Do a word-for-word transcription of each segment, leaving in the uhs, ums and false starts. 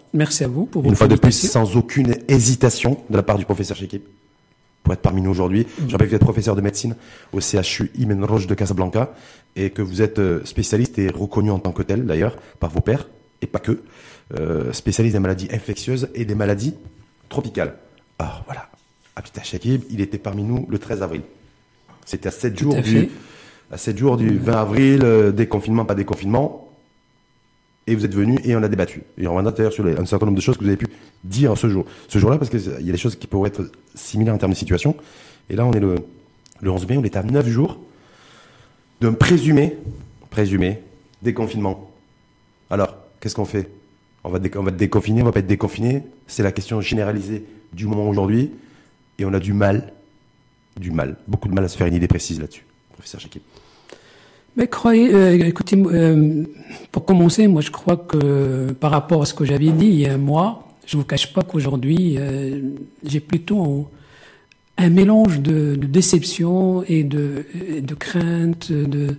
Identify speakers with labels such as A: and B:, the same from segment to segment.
A: Merci à vous pour
B: votre Une fois de plus, sans aucune hésitation de la part du professeur Chekib pour être parmi nous aujourd'hui. Mmh. Je rappelle que vous êtes professeur de médecine au C H U Ibn Roch de Casablanca et que vous êtes spécialiste et reconnu en tant que tel d'ailleurs par vos pairs et pas que, euh, spécialiste des maladies infectieuses et des maladies tropicales. Alors voilà, Abdellah Chekib, il était parmi nous le treize avril. C'était à sept jours du, à sept jours du vingt avril, euh, déconfinement, pas déconfinement. Et vous êtes venu et on a débattu. Et on va d'ailleurs sur les, un certain nombre de choses que vous avez pu dire ce jour, ce jour-là, parce qu'il y a des choses qui pourraient être similaires en termes de situation. Et là, on est le, le onze mai, on est à neuf jours d'un présumé, présumé déconfinement. Alors, qu'est-ce qu'on fait? On va, dé, on va être déconfiné, on va pas être déconfiné. C'est la question généralisée du moment aujourd'hui. Et on a du mal, du mal, beaucoup de mal à se faire une idée précise là-dessus. Professeur Chekib.
A: Mais croyez, euh, écoutez, euh, pour commencer, moi je crois que par rapport à ce que j'avais dit il y a un mois, je vous cache pas qu'aujourd'hui euh, j'ai plutôt un, un mélange de, de déception et de, de crainte, de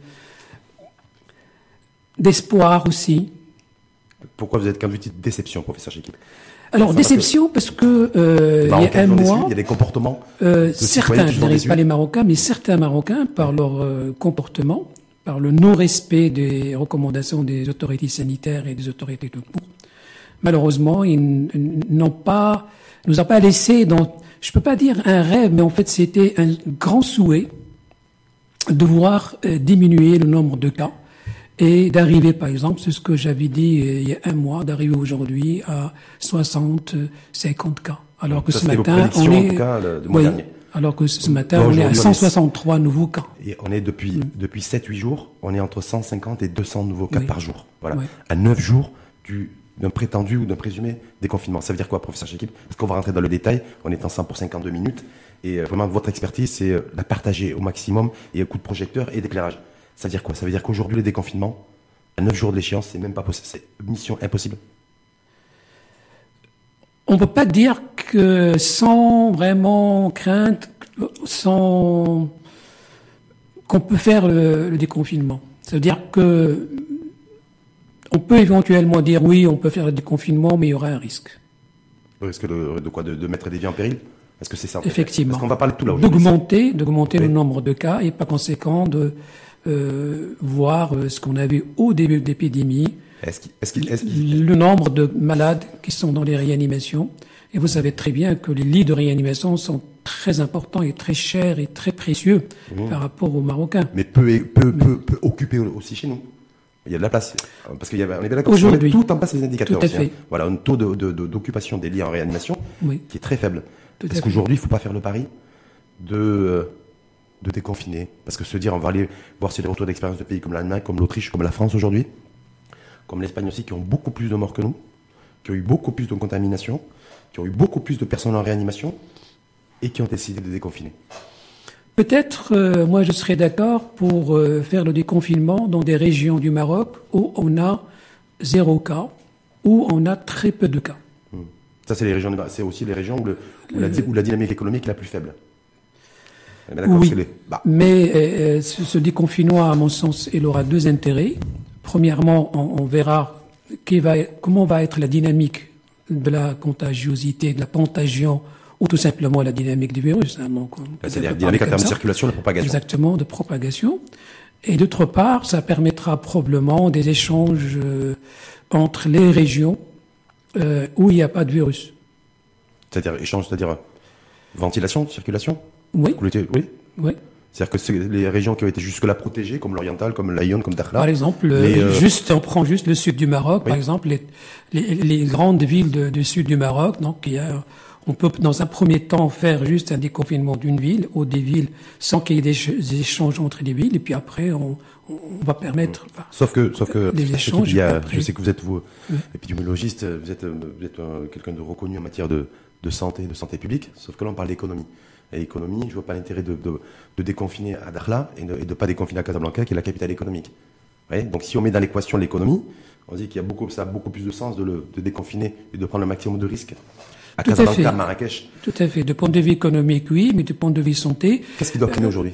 A: d'espoir aussi.
B: Pourquoi vous êtes quand vous dites déception, professeur Chekib?
A: Alors, déception que... parce que euh, il y a un mois,
B: il y a des comportements.
A: Euh, certains, je ne dirais pas les Marocains, mais certains Marocains, par leur euh, comportement, par le non-respect des recommandations des autorités sanitaires et des autorités de cour, malheureusement, ils n'ont pas, nous ont pas laissé dans, je peux pas dire un rêve, mais en fait, c'était un grand souhait de voir euh, diminuer le nombre de cas. Et d'arriver, par exemple, c'est ce que j'avais dit euh, il y a un mois, d'arriver aujourd'hui à soixante, cinquante cas. Alors que
B: ça,
A: ce matin, on est,
B: en tout cas, le, le mois
A: oui,
B: dernier.
A: alors que ce matin, on est à cent soixante-trois
B: on est,
A: nouveaux cas.
B: Et on est depuis, mm. depuis sept huit jours, on est entre cent cinquante et deux cents nouveaux cas
A: oui.
B: par jour. Voilà.
A: Oui.
B: À neuf jours du, d'un prétendu ou d'un présumé déconfinement. Ça veut dire quoi, professeur Chekib? Parce qu'on va rentrer dans le détail, on est ensemble pour cinquante-deux minutes. Et euh, vraiment, votre expertise, c'est euh, la partager au maximum et un coup de projecteur et d'éclairage. Ça veut dire quoi? Ça veut dire qu'aujourd'hui, le déconfinement, à neuf jours de l'échéance, c'est même pas possible. C'est mission impossible.
A: On peut pas dire que sans vraiment crainte, sans qu'on peut faire le, le déconfinement. Ça veut dire que on peut éventuellement dire oui, on peut faire le déconfinement, mais il y aura un risque.
B: Le risque de, de quoi? de, de mettre des vies en péril? Est-ce que c'est ça?
A: Effectivement.
B: Parce qu'on va parler de tout là.
A: D'augmenter, d'augmenter oui. le nombre de cas et par conséquent de Euh, voir euh, ce qu'on avait au début de l'épidémie,
B: est-ce qu'il, est-ce qu'il, est-ce qu'il...
A: le nombre de malades qui sont dans les réanimations. Et vous savez très bien que les lits de réanimation sont très importants et très chers et très précieux mmh. par rapport aux Marocains.
B: Mais peu, peu, peu, peu occupés aussi chez nous. Il y a de la place. Parce qu'il y a, on est bien d'accord,
A: aujourd'hui,
B: tout en passe les indicateurs
A: tout à
B: aussi,
A: fait.
B: Hein. Voilà, un taux de, de, de, d'occupation des lits en réanimation
A: oui.
B: qui est très faible.
A: Tout
B: parce qu'aujourd'hui, il ne faut pas faire le pari de... Euh, de déconfiner, parce que se dire on va aller voir si les retours d'expérience de pays comme l'Allemagne, comme l'Autriche, comme la France aujourd'hui, comme l'Espagne aussi, qui ont beaucoup plus de morts que nous, qui ont eu beaucoup plus de contamination, qui ont eu beaucoup plus de personnes en réanimation, et qui ont décidé de déconfiner.
A: Peut-être, euh, moi je serais d'accord pour euh, faire le déconfinement dans des régions du Maroc où on a zéro cas, où on a très peu de cas.
B: Hum. Ça c'est les régions, c'est aussi les régions où, le, où, la, où la dynamique économique est la plus faible.
A: Oui, bah. mais euh, ce, ce déconfinement, à mon sens, il aura deux intérêts. Premièrement, on, on verra qui va, comment va être la dynamique de la contagiosité, de la contagion, ou tout simplement la dynamique du virus. Hein, donc,
B: c'est-à-dire la dynamique en termes de circulation, de propagation.
A: Exactement, de propagation. Et d'autre part, ça permettra probablement des échanges euh, entre les régions euh, où il n'y a pas de virus.
B: C'est-à-dire échange, c'est-à-dire ventilation, circulation?
A: Oui.
B: Oui.
A: Oui.
B: C'est-à-dire que c'est les régions qui ont été jusque-là protégées, comme l'Oriental, comme l'Aïon, comme Dakhla.
A: Par exemple, mais, euh... juste, on prend juste le sud du Maroc, oui. par exemple, les, les, les grandes villes de, du sud du Maroc. Donc, il y a, on peut, dans un premier temps, faire juste un déconfinement d'une ville ou des villes sans qu'il y ait des, des échanges entre les villes. Et puis après, on, on va permettre.
B: Mmh. Sauf que, sauf que,
A: des échanges.
B: Il y a, je sais que vous êtes vous, oui. épidémiologiste, vous êtes, vous êtes euh, quelqu'un de reconnu en matière de, de santé, de santé publique. Sauf que là, on parle d'économie. Et l'économie, je vois pas l'intérêt de, de, de déconfiner à Dakhla et de, et de pas déconfiner à Casablanca, qui est la capitale économique. Ouais, donc si on met dans l'équation l'économie, on dit qu'il y a beaucoup, ça a beaucoup plus de sens de, le, de déconfiner et de prendre le maximum de risques à
A: Tout
B: Casablanca, à Marrakech.
A: Tout à fait. De point de vue économique, oui, mais de point de vue santé.
B: Qu'est-ce qui doit primer euh, aujourd'hui?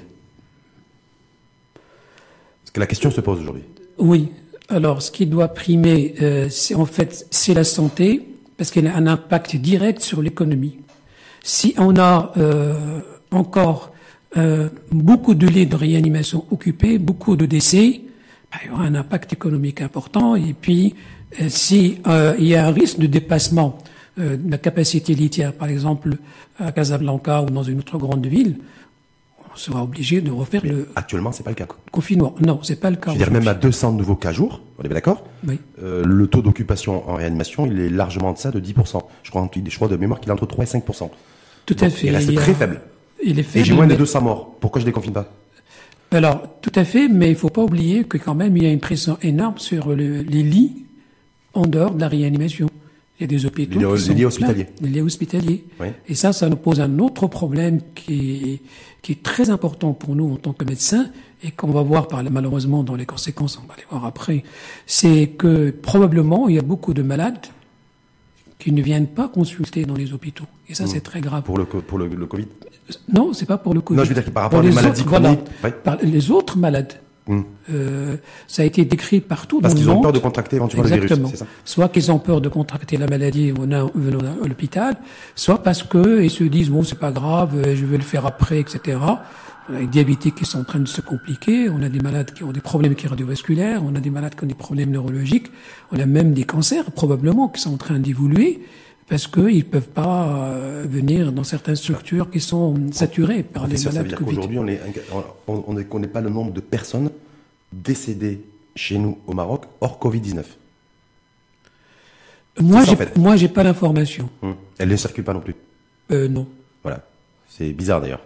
B: Parce que la question se pose aujourd'hui.
A: Oui. Alors, ce qui doit primer, euh, c'est en fait, c'est la santé, parce qu'elle a un impact direct sur l'économie. Si on a euh, encore euh, beaucoup de lits de réanimation occupés, beaucoup de décès, ben, il y aura un impact économique important. Et puis, euh, si euh, il y a un risque de dépassement euh, de la capacité litière, par exemple à Casablanca ou dans une autre grande ville, on sera obligé de refaire
B: Mais
A: le
B: actuellement, c'est pas le cas.
A: confinement. Non, c'est pas le cas.
B: Je veux dire, même à deux cents nouveaux cas jour, on est bien d'accord?
A: Oui.
B: Euh, le taux d'occupation en réanimation, il est largement de ça, de dix pour cent. Je crois, je crois de mémoire qu'il est entre trois et cinq pour cent.
A: Tout
B: Donc,
A: à fait.
B: Il reste
A: il
B: très
A: a,
B: faible.
A: Il est faible.
B: Et j'ai moins
A: mais...
B: de deux cents morts. Pourquoi je déconfine pas?
A: Alors, tout à fait, mais il faut pas oublier que quand même, il y a une pression énorme sur le, les lits en dehors de la réanimation. Il y a des hôpitaux
B: Les,
A: qui
B: les
A: sont
B: lits hospitaliers.
A: pleins, les lits hospitaliers.
B: Oui.
A: Et ça, ça nous pose un autre problème qui est, qui est très important pour nous en tant que médecins et qu'on va voir par, malheureusement dans les conséquences, on va les voir après. C'est que probablement, il y a beaucoup de malades qui ne viennent pas consulter dans les hôpitaux. Et ça, mmh. c'est très grave.
B: Pour le, pour le, le Covid?
A: Non, c'est pas pour le Covid.
B: Non, je veux dire par rapport aux maladies
A: autres,
B: chroniques.
A: Voilà, par les autres malades. Mmh. Euh, ça a été décrit partout
B: Parce
A: dans le
B: monde. Parce qu'ils ont peur de
A: monde.
B: contracter éventuellement
A: Exactement.
B: le virus, c'est ça?
A: Soit qu'ils ont peur de contracter la maladie venant à l'hôpital, soit parce que ils se disent bon c'est pas grave, je vais le faire après, et cetera. On a des diabétiques qui sont en train de se compliquer, on a des malades qui ont des problèmes cardiovasculaires, on a des malades qui ont des problèmes neurologiques, on a même des cancers probablement qui sont en train d'évoluer parce qu'ils ne peuvent pas euh, venir dans certaines structures qui sont saturées par les
B: ça,
A: malades
B: ça veut dire
A: Covid.
B: Aujourd'hui, on est, on, on ne connaît pas le nombre de personnes décédées chez nous au Maroc hors Covid dix-neuf.
A: Moi,
B: ça,
A: j'ai,
B: en fait.
A: moi, j'ai pas l'information.
B: Hum. Elle ne circule pas non plus.
A: Euh, non.
B: Voilà. C'est bizarre d'ailleurs.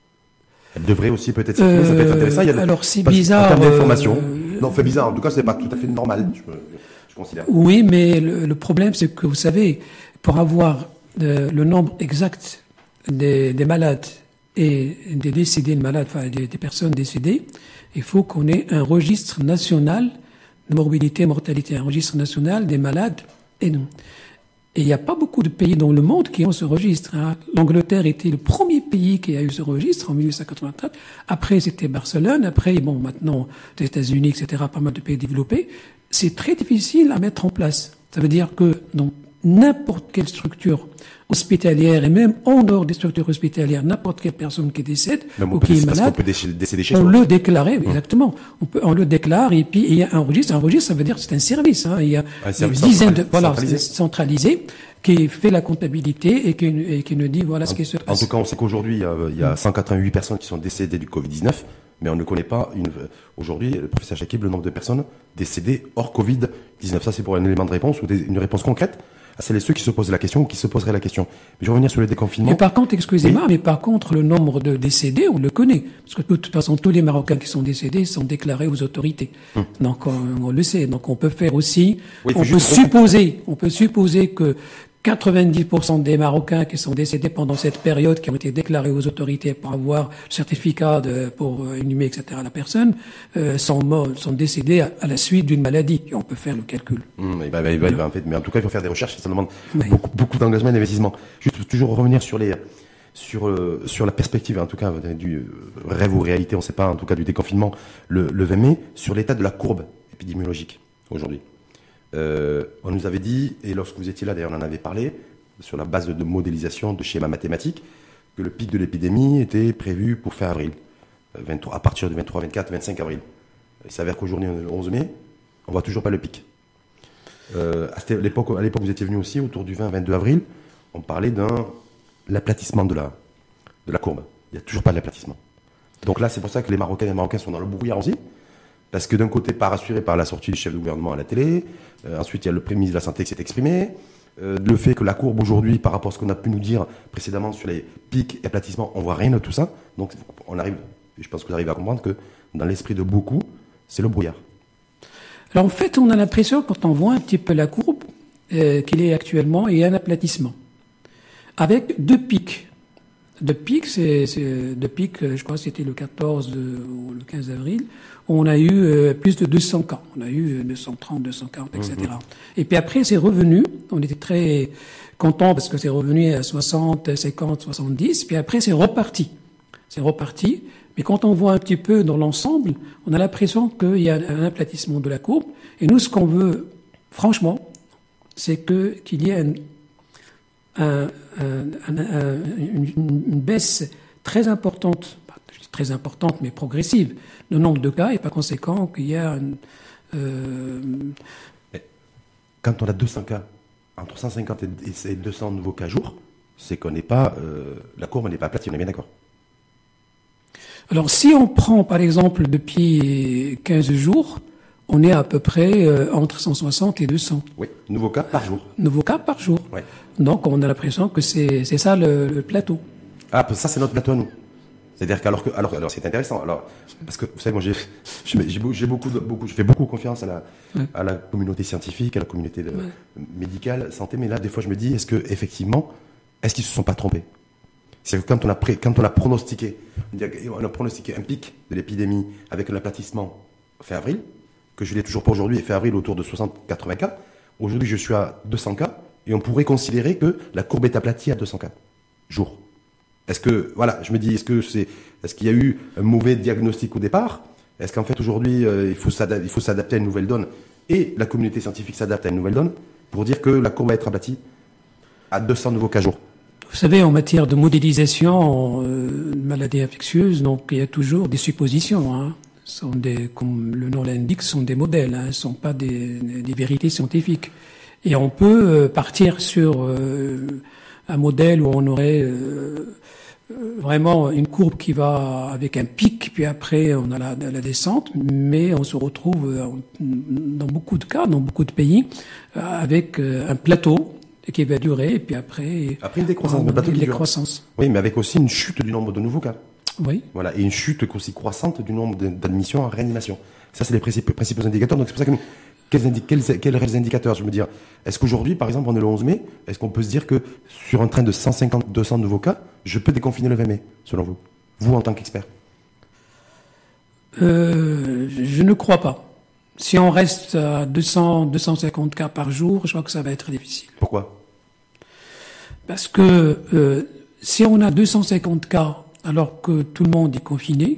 B: Elle devrait aussi peut-être circuler, euh, ça peut être intéressant. Il y a
A: alors c'est
B: parce,
A: bizarre.
B: En termes d'information.
A: Euh,
B: non, fait bizarre. En tout cas, c'est pas tout à fait normal. Je, je considère.
A: Oui, mais le, le problème, c'est que vous savez, pour avoir euh, le nombre exact des, des malades et des décédés de malades, enfin des, des personnes décédées, il faut qu'on ait un registre national de morbidité et mortalité, un registre national des malades et non. Et il n'y a pas beaucoup de pays dans le monde qui ont ce registre. Hein. L'Angleterre était le premier pays qui a eu ce registre en mille huit cent quatre-vingt-treize. Après, c'était Barcelone. Après, bon, maintenant, les États-Unis, et cetera, pas mal de pays développés. C'est très difficile à mettre en place. Ça veut dire que dans n'importe quelle structure hospitalière et même en dehors des structures hospitalières, n'importe quelle personne qui décède ou qui est malade,
B: on peut décéder chez
A: on
B: soi.
A: le déclare, exactement. On peut, on le déclare et puis il y a un registre. Un registre, ça veut dire que c'est un service. Hein. Il y a
B: un
A: des dizaines de, voilà,
B: centralisé.
A: centralisé, qui fait la comptabilité et qui, et qui nous dit voilà
B: en,
A: ce qui se passe.
B: En tout cas, on sait qu'aujourd'hui, il y a cent quatre-vingt-huit personnes qui sont décédées du Covid dix-neuf, mais on ne connaît pas une, aujourd'hui, le professeur Chakib, le nombre de personnes décédées hors Covid dix-neuf. Ça, c'est pour un élément de réponse ou des, une réponse concrète à celles et ceux qui se posent la question ou qui se poseraient la question. Mais je vais revenir sur le déconfinement.
A: Mais par contre, excusez-moi,
B: oui.
A: mais par contre, le nombre de décédés, on le connaît. Parce que de toute façon, tous les Marocains qui sont décédés sont déclarés aux autorités. Hum. Donc, on, on le sait. Donc, on peut faire aussi, oui, on peut supposer, on peut supposer que quatre-vingt-dix pour cent des Marocains qui sont décédés pendant cette période, qui ont été déclarés aux autorités pour avoir le certificat de, pour inhumer, et cetera, la personne, euh, sont morts, sont décédés à, à la suite d'une maladie. Et on peut faire le calcul.
B: Mmh, bah, bah, bah, bah, en fait, mais en tout cas, il faut faire des recherches, ça demande oui. beaucoup, beaucoup d'engagement et d'investissement. Juste toujours revenir sur les, sur, euh, sur la perspective, en tout cas, du rêve ou réalité, on ne sait pas, en tout cas, du déconfinement le, le vingt mai, sur l'état de la courbe épidémiologique aujourd'hui. Euh, on nous avait dit, et lorsque vous étiez là d'ailleurs on en avait parlé, sur la base de modélisation de schémas mathématiques, que le pic de l'épidémie était prévu pour fin avril, vingt-trois, à partir du vingt-trois, vingt-quatre, vingt-cinq avril. Il s'avère qu'aujourd'hui on est le onze mai, on voit toujours pas le pic. Euh, à l'époque, à l'époque vous étiez venu aussi, autour du vingt, vingt-deux avril, on parlait d'un l'aplatissement de la, de la courbe. Il n'y a toujours pas d'aplatissement. Donc là c'est pour ça que les Marocains et les Marocains sont dans le brouillard aussi. Parce que d'un côté, pas rassuré par la sortie du chef de gouvernement à la télé. Euh, ensuite, il y a le Premier ministre de la Santé qui s'est exprimé. Euh, le fait que la courbe aujourd'hui, par rapport à ce qu'on a pu nous dire précédemment sur les pics et aplatissements, on voit rien de tout ça. Donc, on arrive, je pense que vous arrivez à comprendre que dans l'esprit de beaucoup, c'est le brouillard.
A: Alors, en fait, on a l'impression, quand on voit un petit peu la courbe, euh, qu'il est actuellement, il y a un aplatissement. Avec deux pics. Deux pics, c'est, c'est deux pics, je crois que c'était le quatorze ou le quinze avril, on a eu euh, plus de deux cents cas. On a eu deux cent trente, deux cent quarante, et cetera. Mmh. Et puis après, c'est revenu. On était très contents parce que c'est revenu à soixante, cinquante, soixante-dix. Puis après, c'est reparti. C'est reparti. Mais quand on voit un petit peu dans l'ensemble, on a l'impression qu'il y a un aplatissement de la courbe. Et nous, ce qu'on veut, franchement, c'est que, qu'il y ait un un, un, un, un, une, une baisse très importante, très importante mais progressive, le nombre de cas, et par conséquent qu'il y a un, euh...
B: quand on a deux cents cas, entre cent cinquante et deux cents nouveaux cas jour, c'est qu'on n'est pas, euh, la courbe n'est pas aplatie, on est bien d'accord.
A: Alors si on prend par exemple depuis quinze jours, on est à peu près euh, entre cent soixante et deux cents.
B: Oui, nouveaux cas par jour.
A: Nouveaux cas par jour.
B: Ouais.
A: Donc on a l'impression que c'est c'est ça le, le plateau.
B: Ah, ça c'est notre plateau à nous. C'est-à-dire qu'alors que, alors, alors c'est intéressant. Alors, parce que vous savez, moi j'ai, j'ai, j'ai beaucoup, de, beaucoup, je fais beaucoup confiance à la, ouais. à la communauté scientifique, à la communauté de, ouais. médicale, santé. Mais là, des fois, je me dis, est-ce que effectivement, est-ce qu'ils se sont pas trompés? C'est que quand on a pré, quand on a pronostiqué, on a pronostiqué un pic de l'épidémie avec un aplatissement fin avril, que je l'ai toujours pour aujourd'hui, et fin avril autour de soixante à quatre-vingts cas. Aujourd'hui, je suis à deux cents cas, et on pourrait considérer que la courbe est aplatie à deux cents cas jour. Est-ce que, voilà, je me dis, est-ce que c'est, est-ce qu'il y a eu un mauvais diagnostic au départ? Est-ce qu'en fait, aujourd'hui, euh, il faut s'adapter, il faut s'adapter à une nouvelle donne, et la communauté scientifique s'adapte à une nouvelle donne pour dire que la courbe va être aplatie à deux cents nouveaux cas jour?
A: Vous savez, en matière de modélisation euh, de maladies infectieuses, donc il y a toujours des suppositions, hein. Sont des, comme le nom l'indique, sont des modèles, hein, ne sont pas des, des vérités scientifiques. Et on peut euh, partir sur euh, un modèle où on aurait euh, vraiment une courbe qui va avec un pic, puis après on a la, la descente, mais on se retrouve dans beaucoup de cas, dans beaucoup de pays, avec un plateau qui va durer, et puis après...
B: Après une décroissance, un plateau
A: une
B: qui
A: décroissance.
B: Oui, mais avec aussi une chute du nombre de nouveaux cas.
A: Oui.
B: Voilà, et une chute aussi croissante du nombre d'admissions en réanimation. Ça, c'est les principaux, principaux indicateurs. Donc c'est pour ça que nous, quels, indi quels, quels indicateurs, je veux dire, est-ce qu'aujourd'hui, par exemple, on est le onze mai, est-ce qu'on peut se dire que sur un train de cent cinquante à deux cents nouveaux cas, je peux déconfiner le vingt mai, selon vous, vous en tant qu'expert?
A: euh, Je ne crois pas. Si on reste à deux cents, deux cent cinquante cas par jour, je crois que ça va être difficile.
B: Pourquoi?
A: Parce que euh, si on a deux cent cinquante cas alors que tout le monde est confiné,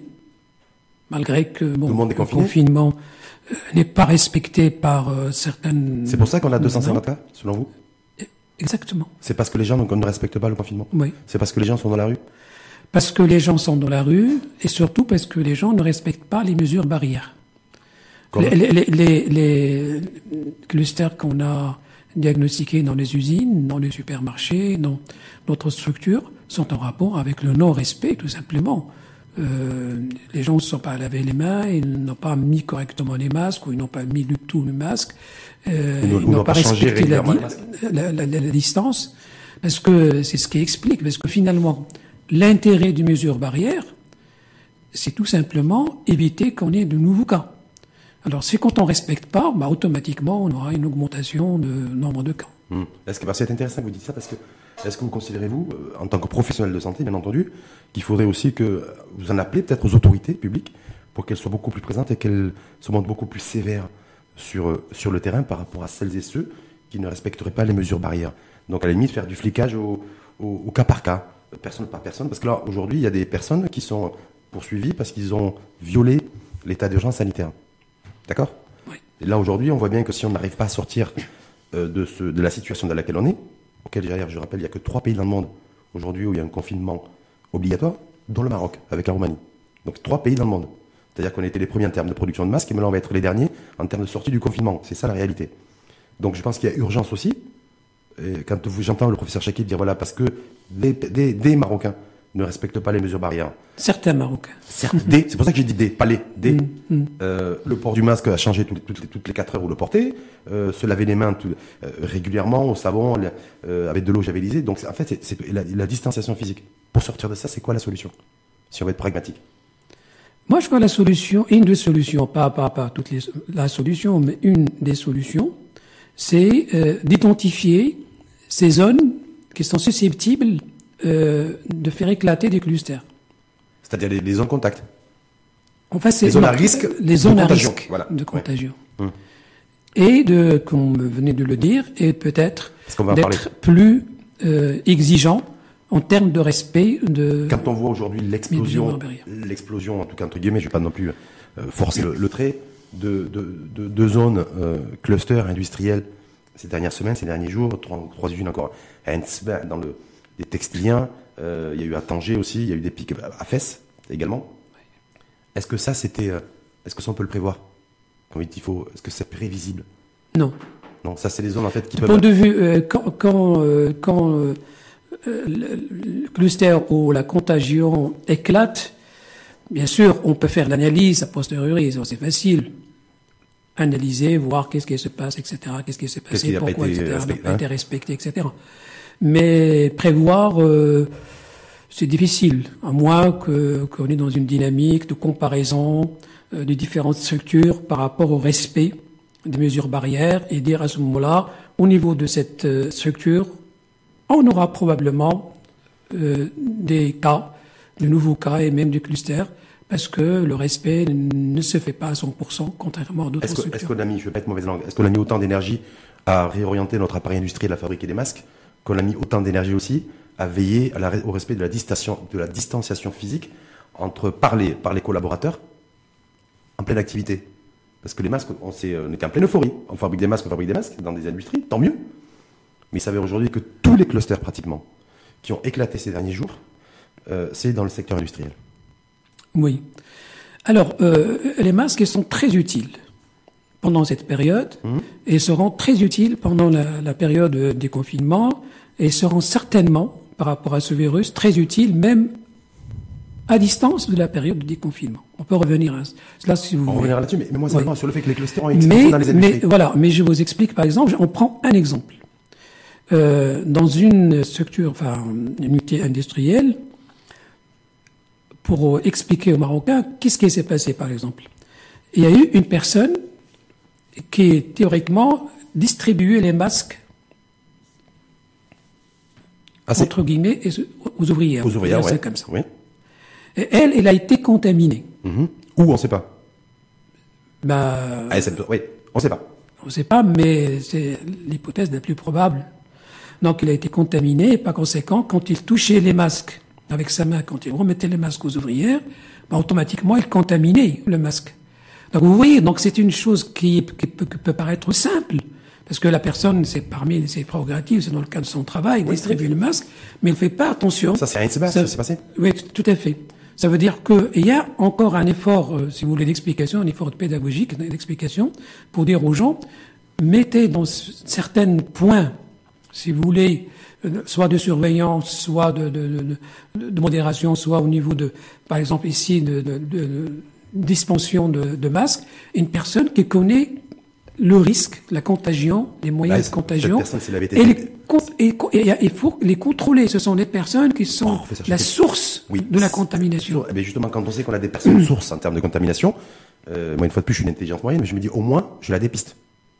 A: malgré que bon,
B: tout le, monde est confiné.
A: le confinement euh, n'est pas respecté par euh, certaines...
B: C'est pour ça qu'on a deux cent cinquante cas, selon vous?
A: Exactement.
B: C'est parce que les gens donc, ne respectent pas le confinement?
A: Oui.
B: C'est parce que les gens sont dans la rue?
A: Parce que les gens sont dans la rue, et surtout parce que les gens ne respectent pas les mesures barrières. Les, les, les, les, les clusters qu'on a diagnostiqués dans les usines, dans les supermarchés, dans d'autres structures, sont en rapport avec le non-respect, tout simplement. Euh, les gens ne se sont pas lavé les mains, ils n'ont pas mis correctement les masques, ou ils n'ont pas mis du tout le masque, euh, ils, ils n'ont pas respecté la, la, la, la, la distance, parce que c'est ce qui explique, parce que finalement, l'intérêt des mesures barrières, c'est tout simplement éviter qu'on ait de nouveaux cas. Alors, c'est quand on respecte pas, bah, automatiquement, on aura une augmentation de nombre de cas.
B: Hum. Est-ce que, bah, c'est intéressant que vous dites ça, parce que, est-ce que vous considérez, vous, euh, en tant que professionnel de santé, bien entendu, qu'il faudrait aussi que vous en appelez peut-être aux autorités publiques pour qu'elles soient beaucoup plus présentes et qu'elles se montrent beaucoup plus sévères sur, euh, sur le terrain par rapport à celles et ceux qui ne respecteraient pas les mesures barrières. Donc, à la limite, faire du flicage au, au, au cas par cas, personne par personne, parce que là, aujourd'hui, il y a des personnes qui sont poursuivies parce qu'ils ont violé l'état d'urgence sanitaire. D'accord?
A: Oui.
B: Et là, aujourd'hui, on voit bien que si on n'arrive pas à sortir euh, de, ce, de la situation dans laquelle on est, auquel d'ailleurs, je rappelle, il n'y a que trois pays dans le monde aujourd'hui où il y a un confinement obligatoire, dont le Maroc, avec la Roumanie. Donc, trois pays dans le monde. C'est-à-dire qu'on était les premiers en termes de production de masques, et maintenant on va être les derniers en termes de sortie du confinement. C'est ça la réalité. Donc, je pense qu'il y a urgence aussi. Et quand vous, j'entends le professeur Chakib dire, voilà, parce que des, des, des Marocains ne respectent pas les mesures barrières.
A: Certains Marocains.
B: Certes, des, c'est pour ça que j'ai dit des, pas les, des.
A: Mmh, mmh.
B: Euh, le port du masque a changé toutes, toutes, toutes les quatre heures où le porter. Euh, se laver les mains tout, euh, régulièrement au savon, euh, avec de l'eau javélisée. Donc, en fait, c'est, c'est la, la distanciation physique. Pour sortir de ça, c'est quoi la solution? Si on veut être pragmatique.
A: Moi, je vois la solution, une des solutions, pas, pas, pas toutes les, la solution, mais une des solutions, c'est euh, d'identifier ces zones qui sont susceptibles Euh, de faire éclater des clusters.
B: C'est-à-dire les, les zones contact.
A: En fait, c'est
B: les zones à risque.
A: Les zones
B: de
A: à
B: contagion.
A: risque
B: Voilà.
A: de contagion.
B: Ouais. Hum.
A: Et de, comme venait de le dire, et peut-être d'être plus euh, exigeant en termes de respect de.
B: Quand on voit aujourd'hui l'explosion, l'explosion, en tout cas entre guillemets, je ne vais pas non plus euh, forcer le, le trait, de, de, de, de zones euh, clusters industriels ces dernières semaines, ces derniers jours, trois, trois usines encore à Ensberg, dans le, les textiliens, euh, il y a eu à Tanger aussi, il y a eu des pics à Fès également. Est-ce que ça, c'était, euh, est-ce que ça, on peut le prévoir? Quand il faut, est-ce que c'est prévisible?
A: Non.
B: Non, ça, c'est les zones, en fait, qui
A: du
B: peuvent...
A: point de vue, euh, quand, quand, euh, quand euh, le, le cluster où la contagion éclate, bien sûr, on peut faire l'analyse a posteriori, c'est facile. Analyser, voir qu'est-ce qui se passe, et cetera, qu'est-ce qui s'est passé,
B: qui
A: pourquoi,
B: été
A: et cetera, n'a
B: respecté,
A: pas
B: hein?
A: été respecté, et cetera. Mais prévoir, euh, c'est difficile, à moins que qu'on est dans une dynamique de comparaison euh, de différentes structures par rapport au respect des mesures barrières et dire à ce moment-là, au niveau de cette euh, structure, on aura probablement euh, des cas, de nouveaux cas et même du cluster, parce que le respect ne se fait pas à cent pour cent, contrairement à d'autres
B: Est-ce que,
A: structures.
B: est-ce qu'on a mis, je ne veux pas être mauvaise langue, est-ce qu'on a mis autant d'énergie à réorienter notre appareil industriel à fabriquer des masques, qu'on a mis autant d'énergie aussi à veiller à la, au respect de la, distanciation, de la distanciation physique entre par les, par les collaborateurs en pleine activité? Parce que les masques, on, sait, on est qu'en pleine euphorie. On fabrique des masques, on fabrique des masques dans des industries, tant mieux. Mais il s'avère aujourd'hui que tous les clusters pratiquement qui ont éclaté ces derniers jours, euh, c'est dans le secteur industriel.
A: Oui. Alors, euh, les masques ils sont très utiles pendant cette période mmh. et seront très utiles pendant la, la période des confinements et seront certainement, par rapport à ce virus, très utiles même à distance de la période de déconfinement. On peut revenir à cela si vous
B: on
A: voulez.
B: On reviendra là-dessus, mais, mais moi, c'est
A: oui.
B: vraiment sur le fait que les clusters ont existé
A: mais,
B: dans les industries.
A: Mais voilà, mais je vous explique, par exemple, on prend un exemple. Euh, dans une structure, enfin, une unité industrielle, pour expliquer aux Marocains qu'est-ce qui s'est passé, par exemple. Il y a eu une personne qui, théoriquement, distribuait les masques, ah, entre guillemets, aux ouvrières.
B: Aux ouvrières, ouais.
A: Comme ça.
B: Oui.
A: Et elle, elle a été contaminée.
B: Mmh. Où, on ne sait pas.
A: Bah,
B: ah, oui, on ne sait pas.
A: On ne sait pas, mais c'est l'hypothèse la plus probable. Donc, il a été contaminé, et par conséquent, quand il touchait les masques avec sa main, quand il remettait les masques aux ouvrières, bah, automatiquement, il contaminait le masque. Donc, vous voyez, donc c'est une chose qui, qui, peut, qui peut paraître simple, parce que la personne, c'est parmi ses prérogatives, c'est dans le cadre de son travail, oui, distribue oui. le masque, mais il ne fait pas attention.
B: Ça, c'est rien de ça, ça s'est passé.
A: Oui, tout à fait. Ça veut dire qu'il y a encore un effort, euh, si vous voulez, d'explication, un effort pédagogique d'explication, pour dire aux gens, mettez dans certains points, si vous voulez, euh, soit de surveillance, soit de, de, de, de modération, soit au niveau de, par exemple ici, de, de, de, de dispension de, de masques, une personne qui connaît le risque, la contagion, les moyens ah, de contagion,
B: personne,
A: et, les, et, et il faut les contrôler. Ce sont des personnes qui sont oh, la source
B: oui,
A: de la contamination.
B: Mais justement, quand on sait qu'on a des personnes mmh. sources en termes de contamination, euh, moi une fois de plus, je suis une intelligence moyenne, mais je me dis au moins, je la dépiste.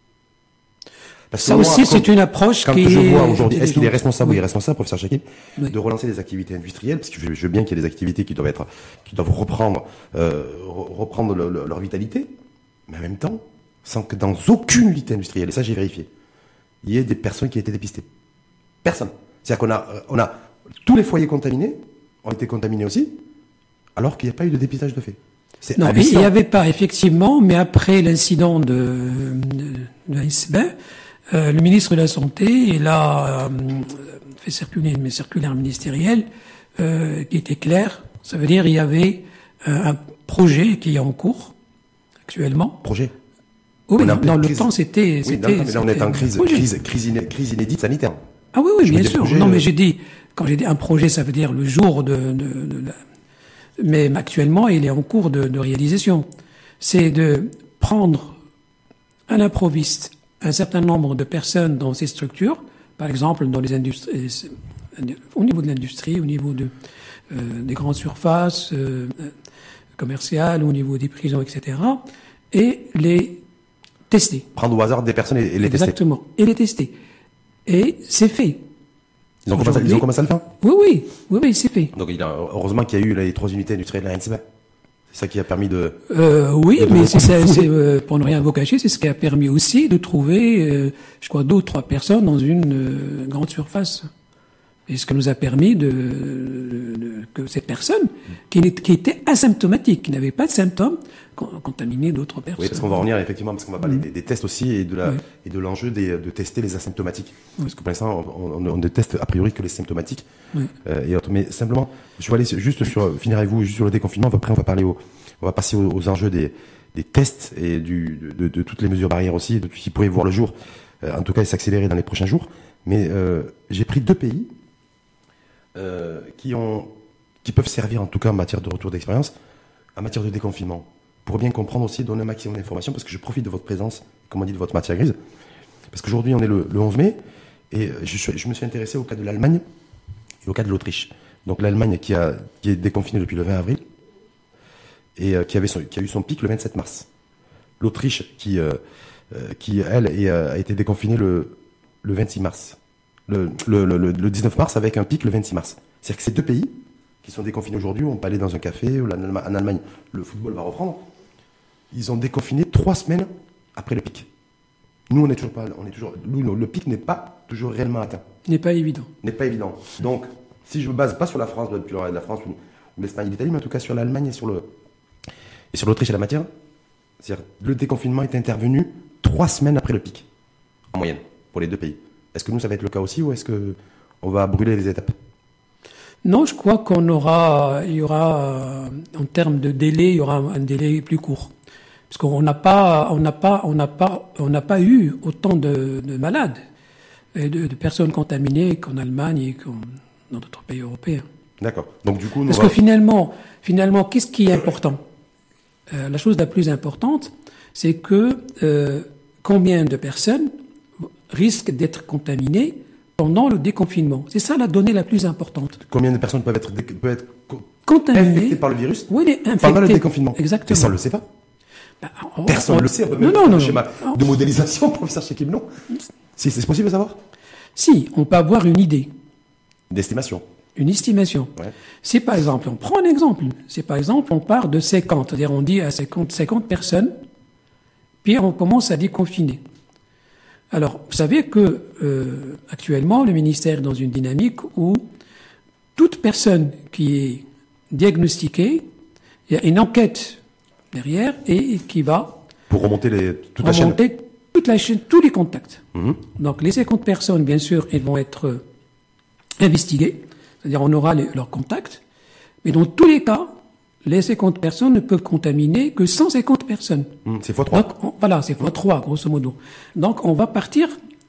A: Parce ça aussi, moi, c'est une approche
B: quand
A: qui
B: je vois aujourd'hui, est-ce qu'il est responsable
A: oui.
B: ou irresponsable, professeur Chakib, oui. de relancer des activités industrielles, parce que je, je veux bien qu'il y ait des activités qui doivent être, qui doivent reprendre, euh, reprendre le, le, leur vitalité, mais en même temps, sans que dans aucune unité industrielle, et ça j'ai vérifié, il y ait des personnes qui aient été dépistées. Personne. C'est-à-dire qu'on a, on a tous les foyers contaminés ont été contaminés aussi, alors qu'il n'y a pas eu de dépistage de fait.
A: C'est non, il n'y avait pas, effectivement, mais après l'incident de, de, de Isbin, euh, le ministre de la Santé, il a euh, fait circuler une circulaire ministérielle euh, qui était claire. Ça veut dire qu'il y avait euh, un projet qui est en cours actuellement.
B: Projet
A: Oui, dans, dans le temps, c'était...
B: Oui, dans le temps, mais là, on est en crise, crise, crise, iné, crise inédite sanitaire.
A: Ah oui, oui,
B: je
A: bien sûr.
B: Projets,
A: non, mais
B: euh...
A: j'ai dit, quand j'ai dit un projet, ça veut dire le jour de... de, de la... Mais actuellement, il est en cours de, de réalisation. C'est de prendre à l'improviste un certain nombre de personnes dans ces structures, par exemple dans les industries, au niveau de l'industrie, au niveau de, euh, des grandes surfaces euh, commerciales, au niveau des prisons, et cetera, et les tester.
B: Prendre au hasard des personnes et, et les tester.
A: Exactement. Et les tester. Et c'est fait.
B: Ils ont, commencé, ils ont commencé à le faire?
A: Oui, oui, oui, oui, c'est fait.
B: Donc il a, heureusement qu'il y a eu là, les trois unités industrielles à Ensba. C'est ça qui a permis de...
A: Euh, oui, de mais c'est ça, c'est, euh, pour ne rien vous cacher, c'est ce qui a permis aussi de trouver, euh, je crois, deux ou trois personnes dans une euh, grande surface. Et ce qui nous a permis de, de, de que cette personne qui, qui était asymptomatique, qui n'avait pas de symptômes, contaminer d'autres personnes.
B: Oui, parce qu'on va revenir effectivement, parce qu'on va parler mmh. des, des tests aussi et de la
A: oui.
B: et de l'enjeu des, de tester les asymptomatiques. Oui. Parce que pour l'instant, on, on, on ne teste a priori que les symptomatiques oui. euh, et autres. Mais simplement, je vais aller juste sur finir avec vous juste sur le déconfinement. Après, on va parler au, on va passer aux, aux enjeux des, des tests et du de, de, de toutes les mesures barrières aussi, de tout ce qui pourrait voir le jour. Euh, en tout cas, et s'accélérer dans les prochains jours. Mais euh, j'ai pris deux pays euh, qui ont qui peuvent servir en tout cas en matière de retour d'expérience, en matière de déconfinement. Pour bien comprendre aussi, donner un maximum d'informations, parce que je profite de votre présence, comme on dit, de votre matière grise. Parce qu'aujourd'hui, on est le, le onze mai, et je, suis, je me suis intéressé au cas de l'Allemagne et au cas de l'Autriche. Donc l'Allemagne qui, a, qui est déconfinée depuis le vingt avril, et euh, qui, avait son, qui a eu son pic le vingt-sept mars. L'Autriche qui, euh, qui elle, est, a été déconfinée le, le vingt-six mars. Le, le, le, le dix-neuf mars avec un pic le vingt-six mars. C'est-à-dire que ces deux pays qui sont déconfinés aujourd'hui, on peut aller dans un café, ou en Allemagne, le football va reprendre. Ils ont déconfiné trois semaines après le pic. Nous, on est toujours pas, on est toujours, nous, le pic n'est pas toujours réellement atteint.
A: N'est pas évident.
B: N'est pas évident. Donc, si je me base pas sur la France, depuis la France ou, ou l'Espagne et l'Italie, mais en tout cas sur l'Allemagne et sur le, et sur l'Autriche et la matière, c'est-à-dire, le déconfinement est intervenu trois semaines après le pic. En moyenne. Pour les deux pays. Est-ce que nous, ça va être le cas aussi, ou est-ce que on va brûler les étapes?
A: Non, je crois qu'on aura, il y aura, en termes de délai, il y aura un délai plus court. Parce qu'on n'a pas, on n'a pas, on n'a pas, on n'a pas eu autant de, de malades et de, de personnes contaminées qu'en Allemagne et qu'en, dans d'autres pays européens.
B: D'accord. Donc du coup, nous
A: parce
B: va...
A: que finalement, finalement, qu'est-ce qui est important? euh, La chose la plus importante, c'est que euh, combien de personnes risquent d'être contaminées pendant le déconfinement. C'est ça la donnée la plus importante.
B: Combien de personnes peuvent être, dé... peuvent être
A: contaminées,
B: infectées par le virus
A: oui, infectées,
B: pendant le déconfinement?
A: Exactement.
B: Et ça, on ne le sait pas.
A: Bah, on,
B: Personne ne le sait. On peut même
A: non, non,
B: faire
A: non,
B: un schéma
A: non.
B: de modélisation, professeur Chekib, non? Si, c'est possible de savoir?
A: Si, on peut avoir une idée.
B: D'estimation.
A: Une estimation.
B: Ouais.
A: Si par exemple, on prend un exemple, si par exemple on part de cinquante, c'est-à-dire on dit à cinquante, cinquante personnes, puis on commence à déconfiner. Alors, vous savez que euh, actuellement, le ministère est dans une dynamique où toute personne qui est diagnostiquée, il y a une enquête derrière et qui va
B: pour remonter les, toute
A: remonter
B: la chaîne.
A: toute la chaîne, tous les contacts.
B: Mmh.
A: Donc, les cinquante personnes, bien sûr, elles vont être euh, investiguées, c'est-à-dire on aura les, leurs contacts, mais dans tous les cas, les cinquante personnes ne peuvent contaminer que cent cinquante personnes.
B: Mmh, c'est fois trois.
A: Donc, on, voilà, c'est fois trois, grosso modo. Donc, on va partir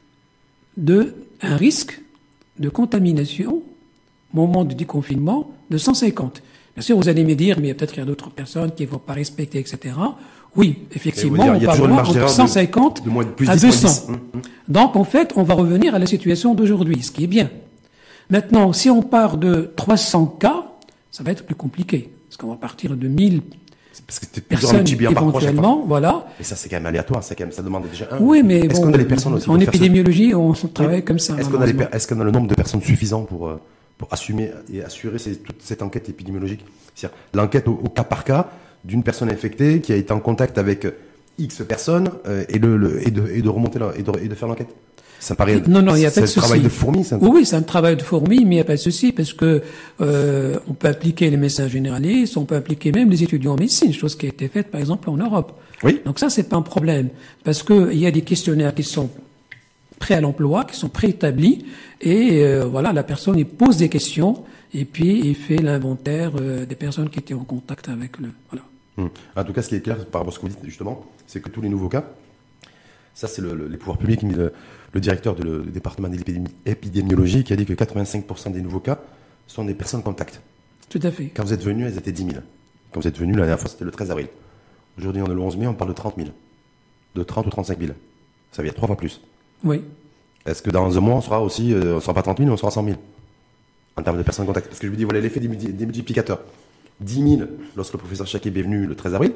A: de un risque de contamination au moment du déconfinement de cent cinquante. Bien sûr, vous allez me dire, mais peut-être qu'il y a d'autres personnes qui ne vont pas respecter, et cetera. Oui, effectivement,
B: dire,
A: on va avoir entre cent cinquante
B: de, de moins, plus
A: à
B: dix,
A: deux cents.
B: Mmh, mmh.
A: Donc, en fait, on va revenir à la situation d'aujourd'hui, ce qui est bien. Maintenant, si on part de trois cents cas, ça va être plus compliqué. Parce qu'on va partir de mille
B: parce que
A: personnes éventuellement, voilà.
B: Mais ça, c'est quand même aléatoire, ça, quand même, ça demande déjà un.
A: Oui, mais
B: est-ce
A: bon,
B: qu'on a les personnes aussi
A: en épidémiologie, on travaille
B: oui.
A: comme ça.
B: Est-ce qu'on a, les, est-ce qu'on a le nombre de personnes suffisant pour, pour assumer et assurer ces, toute cette enquête épidémiologique? C'est-à-dire l'enquête au, au cas par cas d'une personne infectée qui a été en contact avec X personnes euh, et, le, le, et, de, et de remonter la, et, de, et de faire l'enquête. Ça paraît.
A: Non, non, il n'y a pas de souci.
B: C'est un travail de fourmi, ça.
A: Oui, oui, c'est un travail de fourmi, mais il n'y a pas de souci parce que euh, on peut appliquer les médecins généralistes, on peut appliquer même les étudiants en médecine, chose qui a été faite par exemple en Europe.
B: Oui.
A: Donc ça, c'est pas un problème parce que il y a des questionnaires qui sont prêts à l'emploi, qui sont préétablis, et euh, voilà, la personne il pose des questions et puis il fait l'inventaire euh, des personnes qui étaient en contact avec le. Voilà.
B: Hum. En tout cas, ce qui est clair par rapport à ce que vous dites justement, c'est que tous les nouveaux cas, ça c'est le, le, les pouvoirs publics. Le, le directeur du de département de l'épidémiologie qui a dit que quatre-vingt-cinq pour cent des nouveaux cas sont des personnes contacts.
A: Tout à fait.
B: Quand vous êtes venus, elles étaient dix mille. Quand vous êtes venus, la dernière fois, c'était le treize avril. Aujourd'hui, on est le onze mai, on parle de trente mille. De trente ou trente-cinq mille. Ça veut dire trois fois plus.
A: Oui.
B: Est-ce que dans un mois, on sera aussi, euh, on sera pas trente mille, on sera cent mille en termes de personnes contacts? Parce que je vous dis, voilà l'effet des, des multiplicateurs. dix mille lorsque le professeur Chekib est venu le treize avril.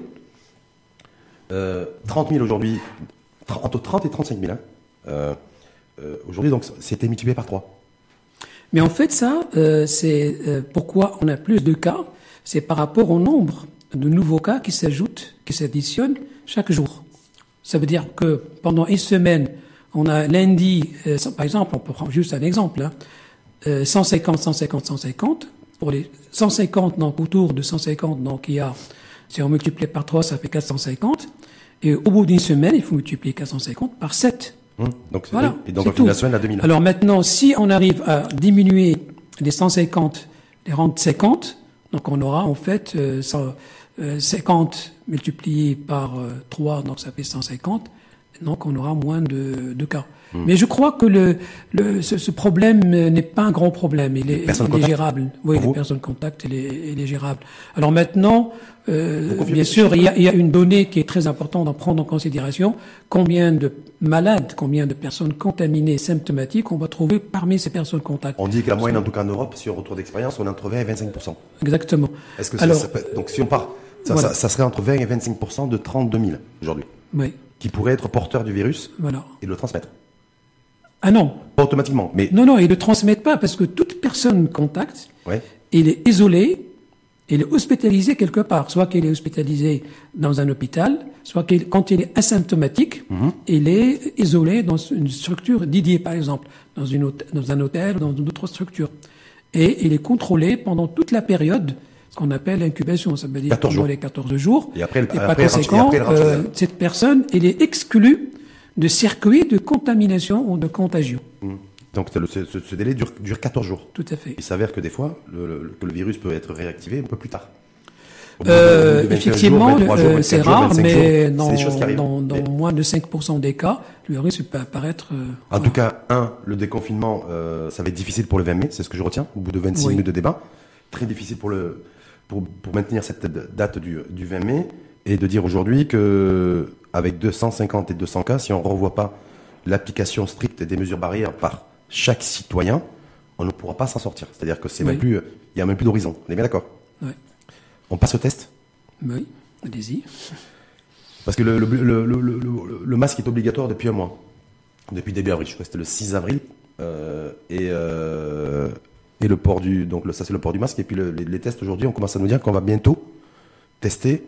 B: Euh, trente mille aujourd'hui, entre trente et trente-cinq mille. Hein. Euh, euh, aujourd'hui, donc, c'était multiplié par trois.
A: Mais en fait, ça, euh, c'est euh, pourquoi on a plus de cas, c'est par rapport au nombre de nouveaux cas qui s'ajoutent, qui s'additionnent chaque jour. Ça veut dire que pendant une semaine, on a lundi, euh, par exemple, on peut prendre juste un exemple, hein, euh, cent cinquante, cent cinquante, cent cinquante. pour les cent cinquante, donc autour de cent cinquante, donc il y a, si on multiplie par trois, ça fait quatre cent cinquante. Et au bout d'une semaine, il faut multiplier quatre cent cinquante par sept.
B: Hum, donc,
A: Voilà,
B: et donc,
A: c'est
B: on finit la
A: tout.
B: semaine à deux mille.
A: Alors maintenant, si on arrive à diminuer les cent cinquante, les rendre cinquante, donc on aura en fait euh, cent, euh, cinquante multiplié par euh, trois, donc ça fait cent cinquante, donc on aura moins de, de cas. Mmh. Mais je crois que le, le, ce, ce problème n'est pas un grand problème, il est, il est gérable. Oui, les personnes contact, il est, il est gérable. Alors maintenant, euh, bien sûr, il y, a, il y a une donnée qui est très importante à prendre en considération. Combien de malades, combien de personnes contaminées symptomatiques on va trouver parmi ces personnes contacts.
B: On dit que la moyenne, en tout cas en Europe, sur retour d'expérience, on est entre vingt et vingt-cinq pour cent.
A: Exactement.
B: Est-ce que ça, Alors, ça peut, donc si on part, ça, voilà. ça, ça serait entre vingt et vingt-cinq pour cent de trente-deux mille aujourd'hui.
A: Oui.
B: Qui pourraient être porteurs du virus
A: voilà.
B: et le transmettre.
A: Ah non.
B: Pas automatiquement, mais...
A: Non, non, ils ne le transmettent pas parce que toute personne contact,
B: ouais.
A: il est isolé, il est hospitalisé quelque part. Soit qu'il est hospitalisé dans un hôpital, soit qu'il, quand il est asymptomatique, mm-hmm. il est isolé dans une structure dédiée, par exemple, dans, une hôtel, dans un hôtel ou dans une autre structure. Et il est contrôlé pendant toute la période, ce qu'on appelle l'incubation, ça veut dire pendant les quatorze jours.
B: Et après,
A: et par conséquent, euh, cette personne, elle est exclue de circuit de contamination ou de contagion.
B: Mmh. Donc ce, ce, ce délai dure, dure quatorze jours.
A: Tout à fait.
B: Il s'avère que des fois, le, le, que le virus peut être réactivé un peu plus tard.
A: Euh, effectivement, jours, euh, c'est rare, jours, mais
B: jours,
A: dans, dans, dans mais... moins de cinq pour cent des cas, le virus peut apparaître... Euh,
B: en voilà. tout cas, un, le déconfinement, euh, ça va être difficile pour le vingt mai, c'est ce que je retiens, au bout de vingt-six oui. minutes de débat. Très difficile pour, le, pour, pour maintenir cette date du, du vingt mai, et de dire aujourd'hui que avec deux cent cinquante et deux cents cas, si on ne revoit pas l'application stricte des mesures barrières par chaque citoyen, on ne pourra pas s'en sortir. C'est-à-dire que c'est oui. même plus, il n'y a même plus d'horizon. On est bien d'accord?
A: Oui.
B: On passe au test?
A: Oui, allez-y.
B: Parce que le, le, le, le, le, le masque est obligatoire depuis un mois. Depuis début avril. Je crois que c'était le six avril. Euh, et, euh, et le port du, donc le, ça c'est le port du masque. Et puis le, les, les tests aujourd'hui, on commence à nous dire qu'on va bientôt tester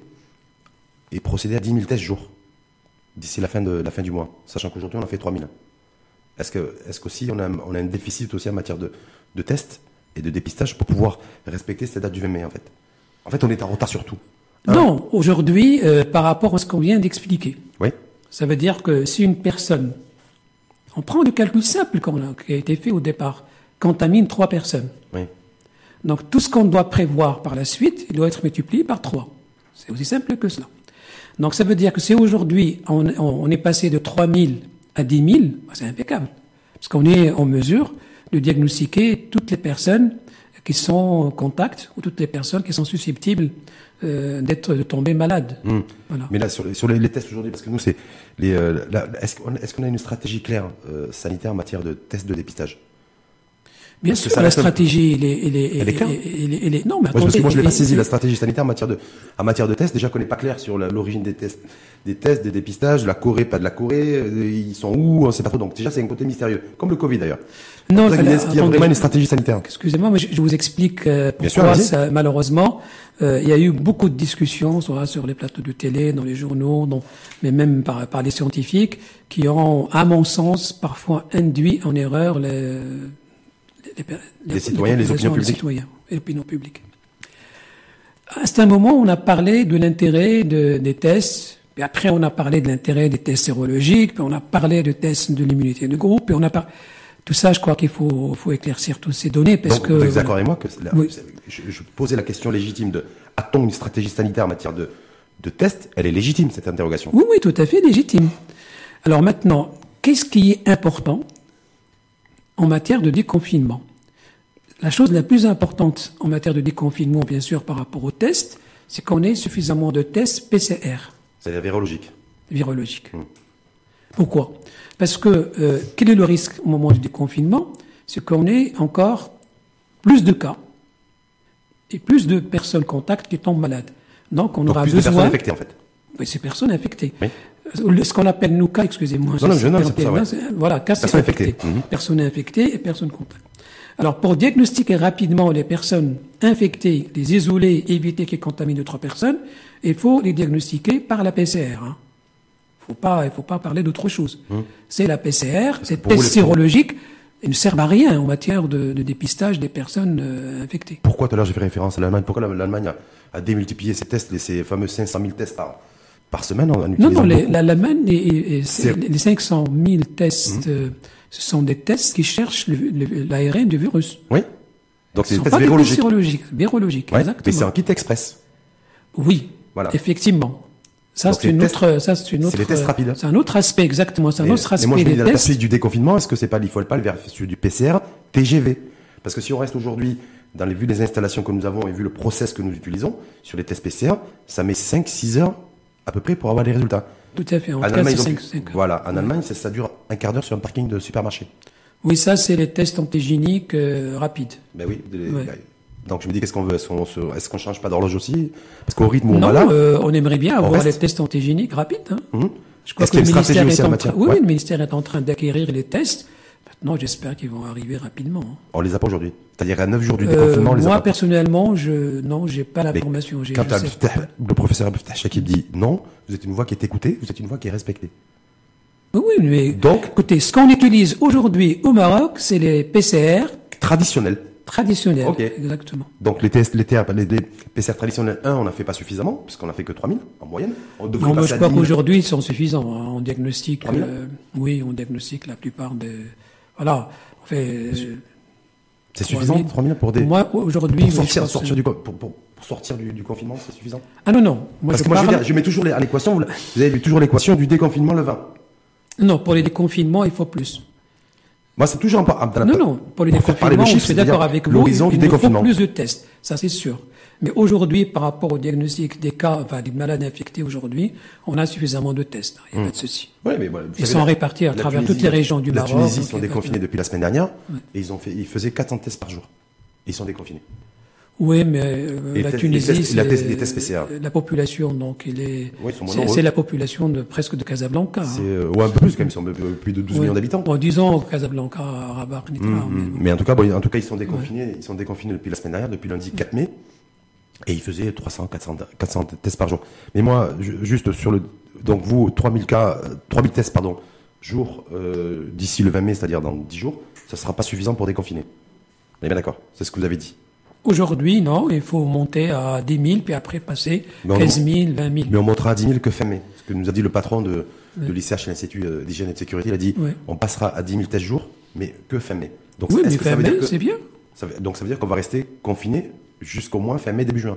B: et procéder à dix mille tests jour. D'ici la fin de la fin du mois, sachant qu'aujourd'hui on en fait trois mille. Est-ce que, est-ce qu'aussi on a, on a un déficit aussi en matière de, de tests et de dépistage pour pouvoir respecter cette date du vingt mai en fait? En fait, on est en retard sur tout.
A: Hein? Non, aujourd'hui, euh, par rapport à ce qu'on vient d'expliquer,
B: oui.
A: ça veut dire que si une personne, on prend le calcul simple qu'on a, qui a été fait au départ, contamine trois personnes.
B: Oui.
A: Donc tout ce qu'on doit prévoir par la suite, il doit être multiplié par trois. C'est aussi simple que cela. Donc ça veut dire que si aujourd'hui on, on, on est passé de trois mille à dix mille, c'est impeccable. Parce qu'on est en mesure de diagnostiquer toutes les personnes qui sont en contact ou toutes les personnes qui sont susceptibles euh, d'être de tomber malades.
B: Mmh. Voilà. Mais là, sur les, sur les, les tests aujourd'hui, parce que nous, c'est les. Euh, là, est-ce qu'on, est-ce qu'on a une stratégie claire euh, sanitaire en matière de tests de dépistage?
A: Bien sûr, la stratégie, elle est, elle est,
B: elle est claire.
A: Elle est, elle est, non, mais
B: attendez,
A: parce
B: que moi, je l'ai pas saisi, la stratégie sanitaire en matière de, en matière de tests. Déjà qu'on n'est pas clair sur la, l'origine des tests, des tests, des dépistages, de la Corée, pas de la Corée, ils sont où, on sait pas trop. Donc, déjà, c'est un côté mystérieux. Comme le Covid, d'ailleurs.
A: Non,
B: là, est-ce qu'il y a vraiment une stratégie sanitaire?
A: Excusez-moi, mais je, je vous explique, euh, pourquoi ça, malheureusement, euh, il y a eu beaucoup de discussions, soit sur les plateaux de télé, dans les journaux, dans, mais même par, par les scientifiques, qui ont, à mon sens, parfois induit en erreur les, Les,
B: les, les citoyens, les, les opinions publiques. Les
A: citoyens et l'opinion publique. À un moment, on a parlé de l'intérêt de, des tests, puis après on a parlé de l'intérêt des tests sérologiques, puis on a parlé de tests de l'immunité de groupe, puis on a par... tout ça, je crois qu'il faut, faut éclaircir toutes ces données, parce
B: Donc,
A: que...
B: Vous êtes d'accord avec moi que la,
A: oui.
B: je, je posais la question légitime de a-t-on une stratégie sanitaire en matière de, de tests? Elle est légitime, cette interrogation.
A: Oui, oui, tout à fait légitime. Alors maintenant, qu'est-ce qui est important en matière de déconfinement? La chose la plus importante en matière de déconfinement, bien sûr, par rapport aux tests, c'est qu'on ait suffisamment de tests P C R.
B: C'est-à-dire virologique.
A: Virologique. Hum. Pourquoi? Parce que euh, quel est le risque au moment du déconfinement? C'est qu'on ait encore plus de cas et plus de personnes contacts qui tombent malades. Donc on
B: Donc
A: aura
B: plus
A: besoin...
B: de personnes infectées, en fait.
A: Oui, ces personnes infectées.
B: Oui.
A: Ce qu'on appelle nous cas, excusez-moi.
B: Non, non, je nomme, c'est ça, ouais.
A: Voilà, cas
B: personnes infectées.
A: infectées. Mmh. Personnes infectées et personnes contacts. Alors, pour diagnostiquer rapidement les personnes infectées, les isoler, éviter qu'ils contaminent d'autres personnes, il faut les diagnostiquer par la P C R. Hein. Faut pas, il faut pas parler d'autre chose. Mmh. C'est la P C R, c'est test sérologique. Ils ne servent à rien en matière de, de dépistage des personnes euh, infectées.
B: Pourquoi tout à l'heure j'ai fait référence à l'Allemagne? Pourquoi l'Allemagne a, a démultiplié ses tests, les, ces fameux cinq cent mille tests par, par semaine en, en
A: Non, non, les,
B: beaucoup.
A: l'Allemagne, et, et les cinq cent mille tests, mmh. euh, ce sont des tests qui cherchent l'A R N du virus.
B: Oui. Donc
A: ce
B: c'est
A: ne
B: des
A: sont
B: tests
A: pas
B: virologiques.
A: Des virologiques, virologiques,
B: ouais,
A: exactement.
B: Mais c'est un kit express.
A: Oui,
B: voilà.
A: Effectivement. Ça, c'est une
B: tests,
A: autre, ça, c'est une autre,
B: c'est les tests rapides.
A: C'est un autre aspect, exactement. C'est un
B: et,
A: autre aspect
B: et moi, je me dis,
A: des
B: la
A: tests.
B: perspective du déconfinement, est-ce que c'est pas, il faut pas le vers du P C R, T G V? Parce que si on reste aujourd'hui, dans les vues des installations que nous avons et vu le process que nous utilisons, sur les tests P C R, ça met cinq six heures, à peu près, pour avoir les résultats.
A: Tout à fait. En,
B: en
A: cas,
B: Allemagne,
A: c'est
B: donc,
A: cinq heures.
B: Voilà. En Allemagne, ça, ça dure un quart d'heure sur un parking de supermarché.
A: Oui, ça, c'est les tests antigéniques, euh, rapides.
B: Ben oui. Les,
A: ouais.
B: Donc je me dis, qu'est-ce qu'on veut? Est-ce qu'on se, est-ce qu'on change pas d'horloge aussi? Parce qu'au rythme où
A: non,
B: on va là.
A: Euh, on aimerait bien avoir
B: reste...
A: les tests antigéniques rapides, hein.
B: Mmh.
A: Je crois
B: est-ce
A: que le
B: qu'il y a une
A: ministère
B: stratégie aussi
A: est
B: en
A: en
B: matière?
A: train, oui,
B: ouais.
A: le ministère est en train d'acquérir les tests. Maintenant, j'espère qu'ils vont arriver rapidement. Hein.
B: On les a pas aujourd'hui. C'est-à-dire à neuf jours du
A: euh,
B: déconfinement, on les
A: moi,
B: a pas.
A: personnellement, je, non, j'ai pas l'information.
B: Quand le professeur Abdeftah Chakib dit non, vous êtes une voix qui est écoutée, vous êtes une voix qui est respectée.
A: Oui, mais
B: donc,
A: écoutez, ce qu'on utilise aujourd'hui au Maroc, c'est les P C R
B: traditionnels.
A: Traditionnels,
B: okay.
A: Exactement.
B: Donc les tests, les, les, les P C R traditionnels, un, on n'a fait pas suffisamment, puisqu'on n'a fait que trois mille en moyenne. On
A: devrait non, moi, je crois qu'aujourd'hui, ils sont suffisants. Hein. On diagnostique, euh, oui, on diagnostique la plupart des... Voilà, on fait...
B: C'est suffisant, trois mille pour des...
A: Moi, aujourd'hui...
B: Pour sortir, sortir, du, pour, pour, pour sortir du, du confinement, c'est suffisant?
A: Ah non, non.
B: Moi, Parce je que moi, parle... je, veux dire, je mets toujours les, à l'équation, vous, vous avez vu toujours l'équation du déconfinement le vingt.
A: Non, pour les déconfinements, il faut plus.
B: Moi, c'est toujours important.
A: Non, non, pour les déconfinements, je suis d'accord avec vous, il, il nous faut plus de tests, ça c'est sûr. Mais aujourd'hui, par rapport au diagnostic des cas, enfin, des malades infectés aujourd'hui, on a suffisamment de tests, il n'y a mmh. pas de souci.
B: Ouais, mais voilà,
A: ils sont répartis à travers Tunisie, toutes les régions du Maroc.
B: La Tunisie sont déconfinés depuis la semaine dernière, ouais. et ils ont fait, ils faisaient quatre cents tests par jour. Ils sont déconfinés.
A: Oui, mais euh, la tests, Tunisie,
B: tests, la, test, les tests P C R.
A: La population, donc, il est,
B: oui,
A: c'est la population de presque de Casablanca.
B: C'est, euh, ou un peu plus, quand même, ils sont plus de douze
A: oui.
B: millions d'habitants.
A: Bon, disons Casablanca, Rabat, et cetera.
B: Mmh, mais, bon. mais en tout cas, bon, en tout cas, ils sont déconfinés, ouais. ils sont déconfinés depuis la semaine dernière, depuis lundi quatre mai, et ils faisaient trois cents, quatre cents, quatre cents tests par jour. Mais moi, juste sur le, donc vous, trois mille cas, trois mille tests, pardon, jour, euh, d'ici le vingt mai, c'est-à-dire dans dix jours, ça sera pas suffisant pour déconfiner. On est bien d'accord? C'est ce que vous avez dit.
A: Aujourd'hui, non, il faut monter à dix mille, puis après passer quinze mille, vingt mille.
B: Mais on montera à dix mille que fin mai. Ce que nous a dit le patron de, oui. de l'I C H, l'Institut d'hygiène et de sécurité, il a dit, oui. on passera à dix mille tests jour, mais que fin mai. Donc,
A: oui, mais fin mai, c'est bien.
B: Ça veut, donc ça veut dire qu'on va rester confiné jusqu'au moins fin mai, début juin.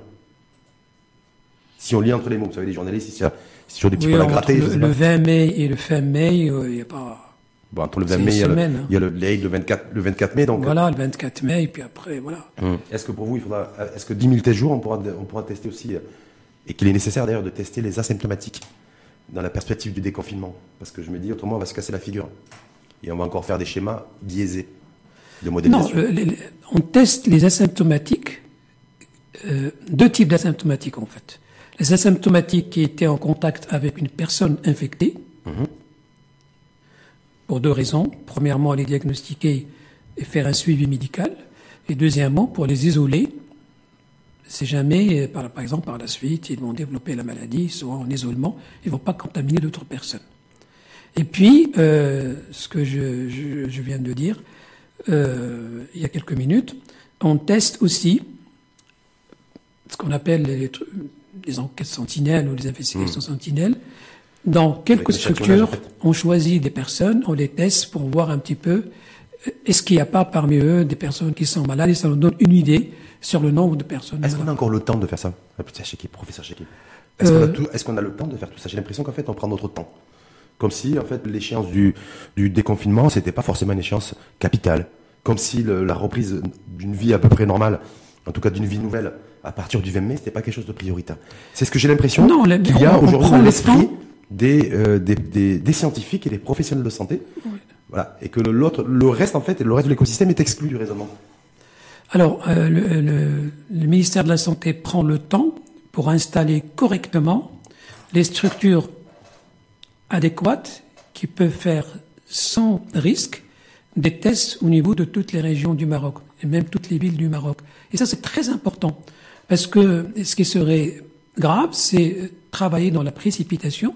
B: Si on lit entre les mots, vous savez, les journalistes, s'il y a sur des petits
A: oui,
B: points à gratter.
A: Le, le vingt mai et le fin mai, il n'y a pas...
B: Bon, entre le vingt mai, il y a, semaine, le, hein. il y a le, le, vingt-quatre, le vingt-quatre mai, donc.
A: Voilà, le vingt-quatre mai, et puis après, voilà.
B: Hum. Est-ce que pour vous, il faudra, est-ce que dix mille tests jours, on pourra, on pourra tester aussi, et qu'il est nécessaire d'ailleurs de tester les asymptomatiques dans la perspective du déconfinement? Parce que je me dis, autrement, on va se casser la figure. Et on va encore faire des schémas biaisés de modélisation.
A: Non, euh, les, on teste les asymptomatiques, euh, deux types d'asymptomatiques, en fait. Les asymptomatiques qui étaient en contact avec une personne infectée, hum. pour deux raisons. Premièrement, les diagnostiquer et faire un suivi médical. Et deuxièmement, pour les isoler, si jamais, par, par exemple, par la suite, ils vont développer la maladie, soit en isolement, ils ne vont pas contaminer d'autres personnes. Et puis, euh, ce que je, je, je viens de dire, euh, il y a quelques minutes, on teste aussi ce qu'on appelle les, les enquêtes sentinelles ou les investigations mmh. sentinelles. Dans quelques structures, on choisit des personnes, on les teste pour voir un petit peu, est-ce qu'il n'y a pas parmi eux des personnes qui sont malades, et ça nous donne une idée sur le nombre de personnes
B: malades. Est-ce qu'on a encore le temps de faire ça, professeur Chakib? Est-ce euh, qu'on est qu'on a le temps de faire tout ça? J'ai l'impression qu'en fait, on prend notre temps. Comme si, en fait, l'échéance du, du déconfinement, c'était pas forcément une échéance capitale. Comme si le, la reprise d'une vie à peu près normale, en tout cas d'une vie nouvelle, à partir du vingt mai, c'était pas quelque chose de prioritaire. C'est ce que j'ai l'impression qu'il y a aujourd'hui dans l'esprit Des, euh, des, des, des scientifiques et des professionnels de santé, oui. voilà, et que le, l'autre, le reste en fait, le reste de l'écosystème est exclu du raisonnement.
A: Alors, euh, le, le, le ministère de la Santé prend le temps pour installer correctement les structures adéquates qui peuvent faire sans risque des tests au niveau de toutes les régions du Maroc et même toutes les villes du Maroc. Et ça, c'est très important parce que ce qui serait grave, c'est travailler dans la précipitation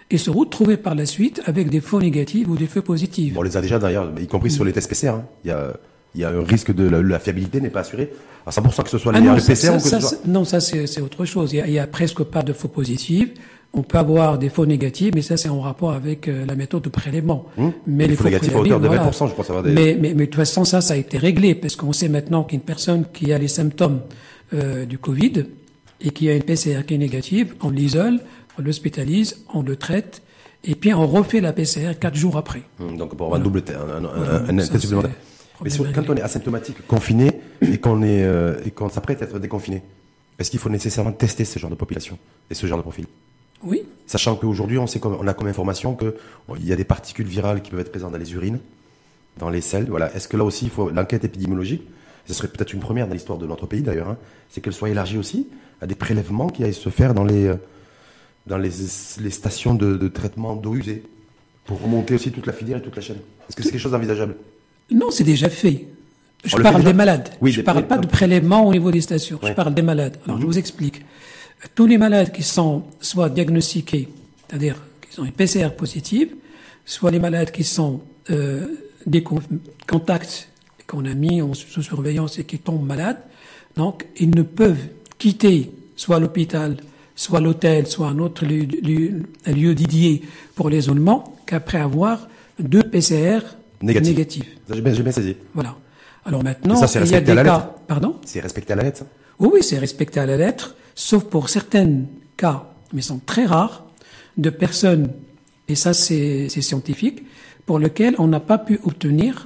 A: et se retrouver par la suite avec des faux négatifs ou des faux positifs.
B: Bon, on les a déjà d'ailleurs, y compris sur les tests P C R. Hein. Il y a, il y a un risque de la, la fiabilité n'est pas assurée. À cent pour cent que ce soit les
A: ah non,
B: P C R
A: ça,
B: ou que
A: ça,
B: ce soit...
A: Non, ça c'est, c'est autre chose. Il y, a, il y a presque pas de faux positifs. On peut avoir des faux négatifs, mais ça c'est en rapport avec euh, la méthode de prélèvement.
B: Hum,
A: mais
B: les
A: les
B: faux
A: faux
B: négatifs à hauteur de
A: voilà.
B: vingt pour cent, je pense avoir des...
A: Mais, mais, mais de toute façon, ça, ça a été réglé, parce qu'on sait maintenant qu'une personne qui a les symptômes euh, du Covid et qui a une P C R qui est négative, on l'isole, on l'hospitalise, on le traite, et puis on refait la P C R quatre jours après.
B: Hum, donc pour avoir voilà. un double, un, un,
A: voilà.
B: un, un, un test supplémentaire. Mais sur, quand on est asymptomatique, confiné, et qu'on est euh, et qu'on s'apprête à être déconfiné, est-ce qu'il faut nécessairement tester ce genre de population et ce genre de profil?
A: Oui.
B: Sachant qu'aujourd'hui, on sait comme, on a comme information que bon, il y a des particules virales qui peuvent être présentes dans les urines, dans les selles. Voilà. Est-ce que là aussi, il faut l'enquête épidémiologique? Ce serait peut-être une première dans l'histoire de notre pays d'ailleurs. Hein, c'est qu'elle soit élargie aussi à des prélèvements qui aillent se faire dans les dans les, les stations de, de traitement d'eau usée pour remonter aussi toute la filière et toute la chaîne. Est-ce que c'est quelque chose d'envisageable?
A: Non, c'est déjà fait. Je
B: on
A: parle des malades.
B: Oui,
A: je ne parle pas de prélèvement au niveau des stations. Ouais. Je parle des malades. Alors, mm-hmm. je vous explique. Tous les malades qui sont soit diagnostiqués, c'est-à-dire qui ont une P C R positive, soit les malades qui sont euh, des contacts qu'on a mis en sous surveillance et qui tombent malades, donc ils ne peuvent quitter soit l'hôpital, soit l'hôtel, soit un autre lieu, lieu, un lieu dédié pour l'isolement qu'après avoir deux P C R négatifs. négatifs.
B: J'ai bien, j'ai bien saisi.
A: Voilà. Alors maintenant,
B: ça, c'est
A: il y a des
B: cas...
A: lettre. Pardon?
B: C'est respecté à la lettre, ça?
A: Oui, oui, c'est respecté à la lettre, sauf pour certains cas, mais sont très rares, de personnes, et ça c'est, c'est scientifique, pour lesquels on n'a pas pu obtenir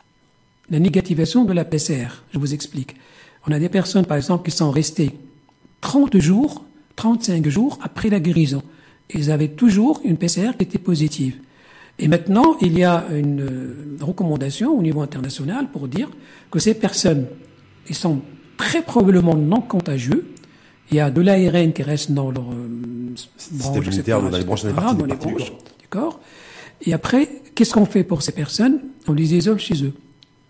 A: la négativation de la P C R. Je vous explique. On a des personnes, par exemple, qui sont restées trente jours, trente-cinq jours après la guérison. Ils avaient toujours une P C R qui était positive. Et maintenant, il y a une recommandation au niveau international pour dire que ces personnes, ils sont très probablement non contagieux. Il y a de l'A R N qui reste dans leur euh,
B: branche, et cetera, dans les branches, dans les parties,
A: dans les branches du corps. Et après, qu'est-ce qu'on fait pour ces personnes? On les isole chez eux.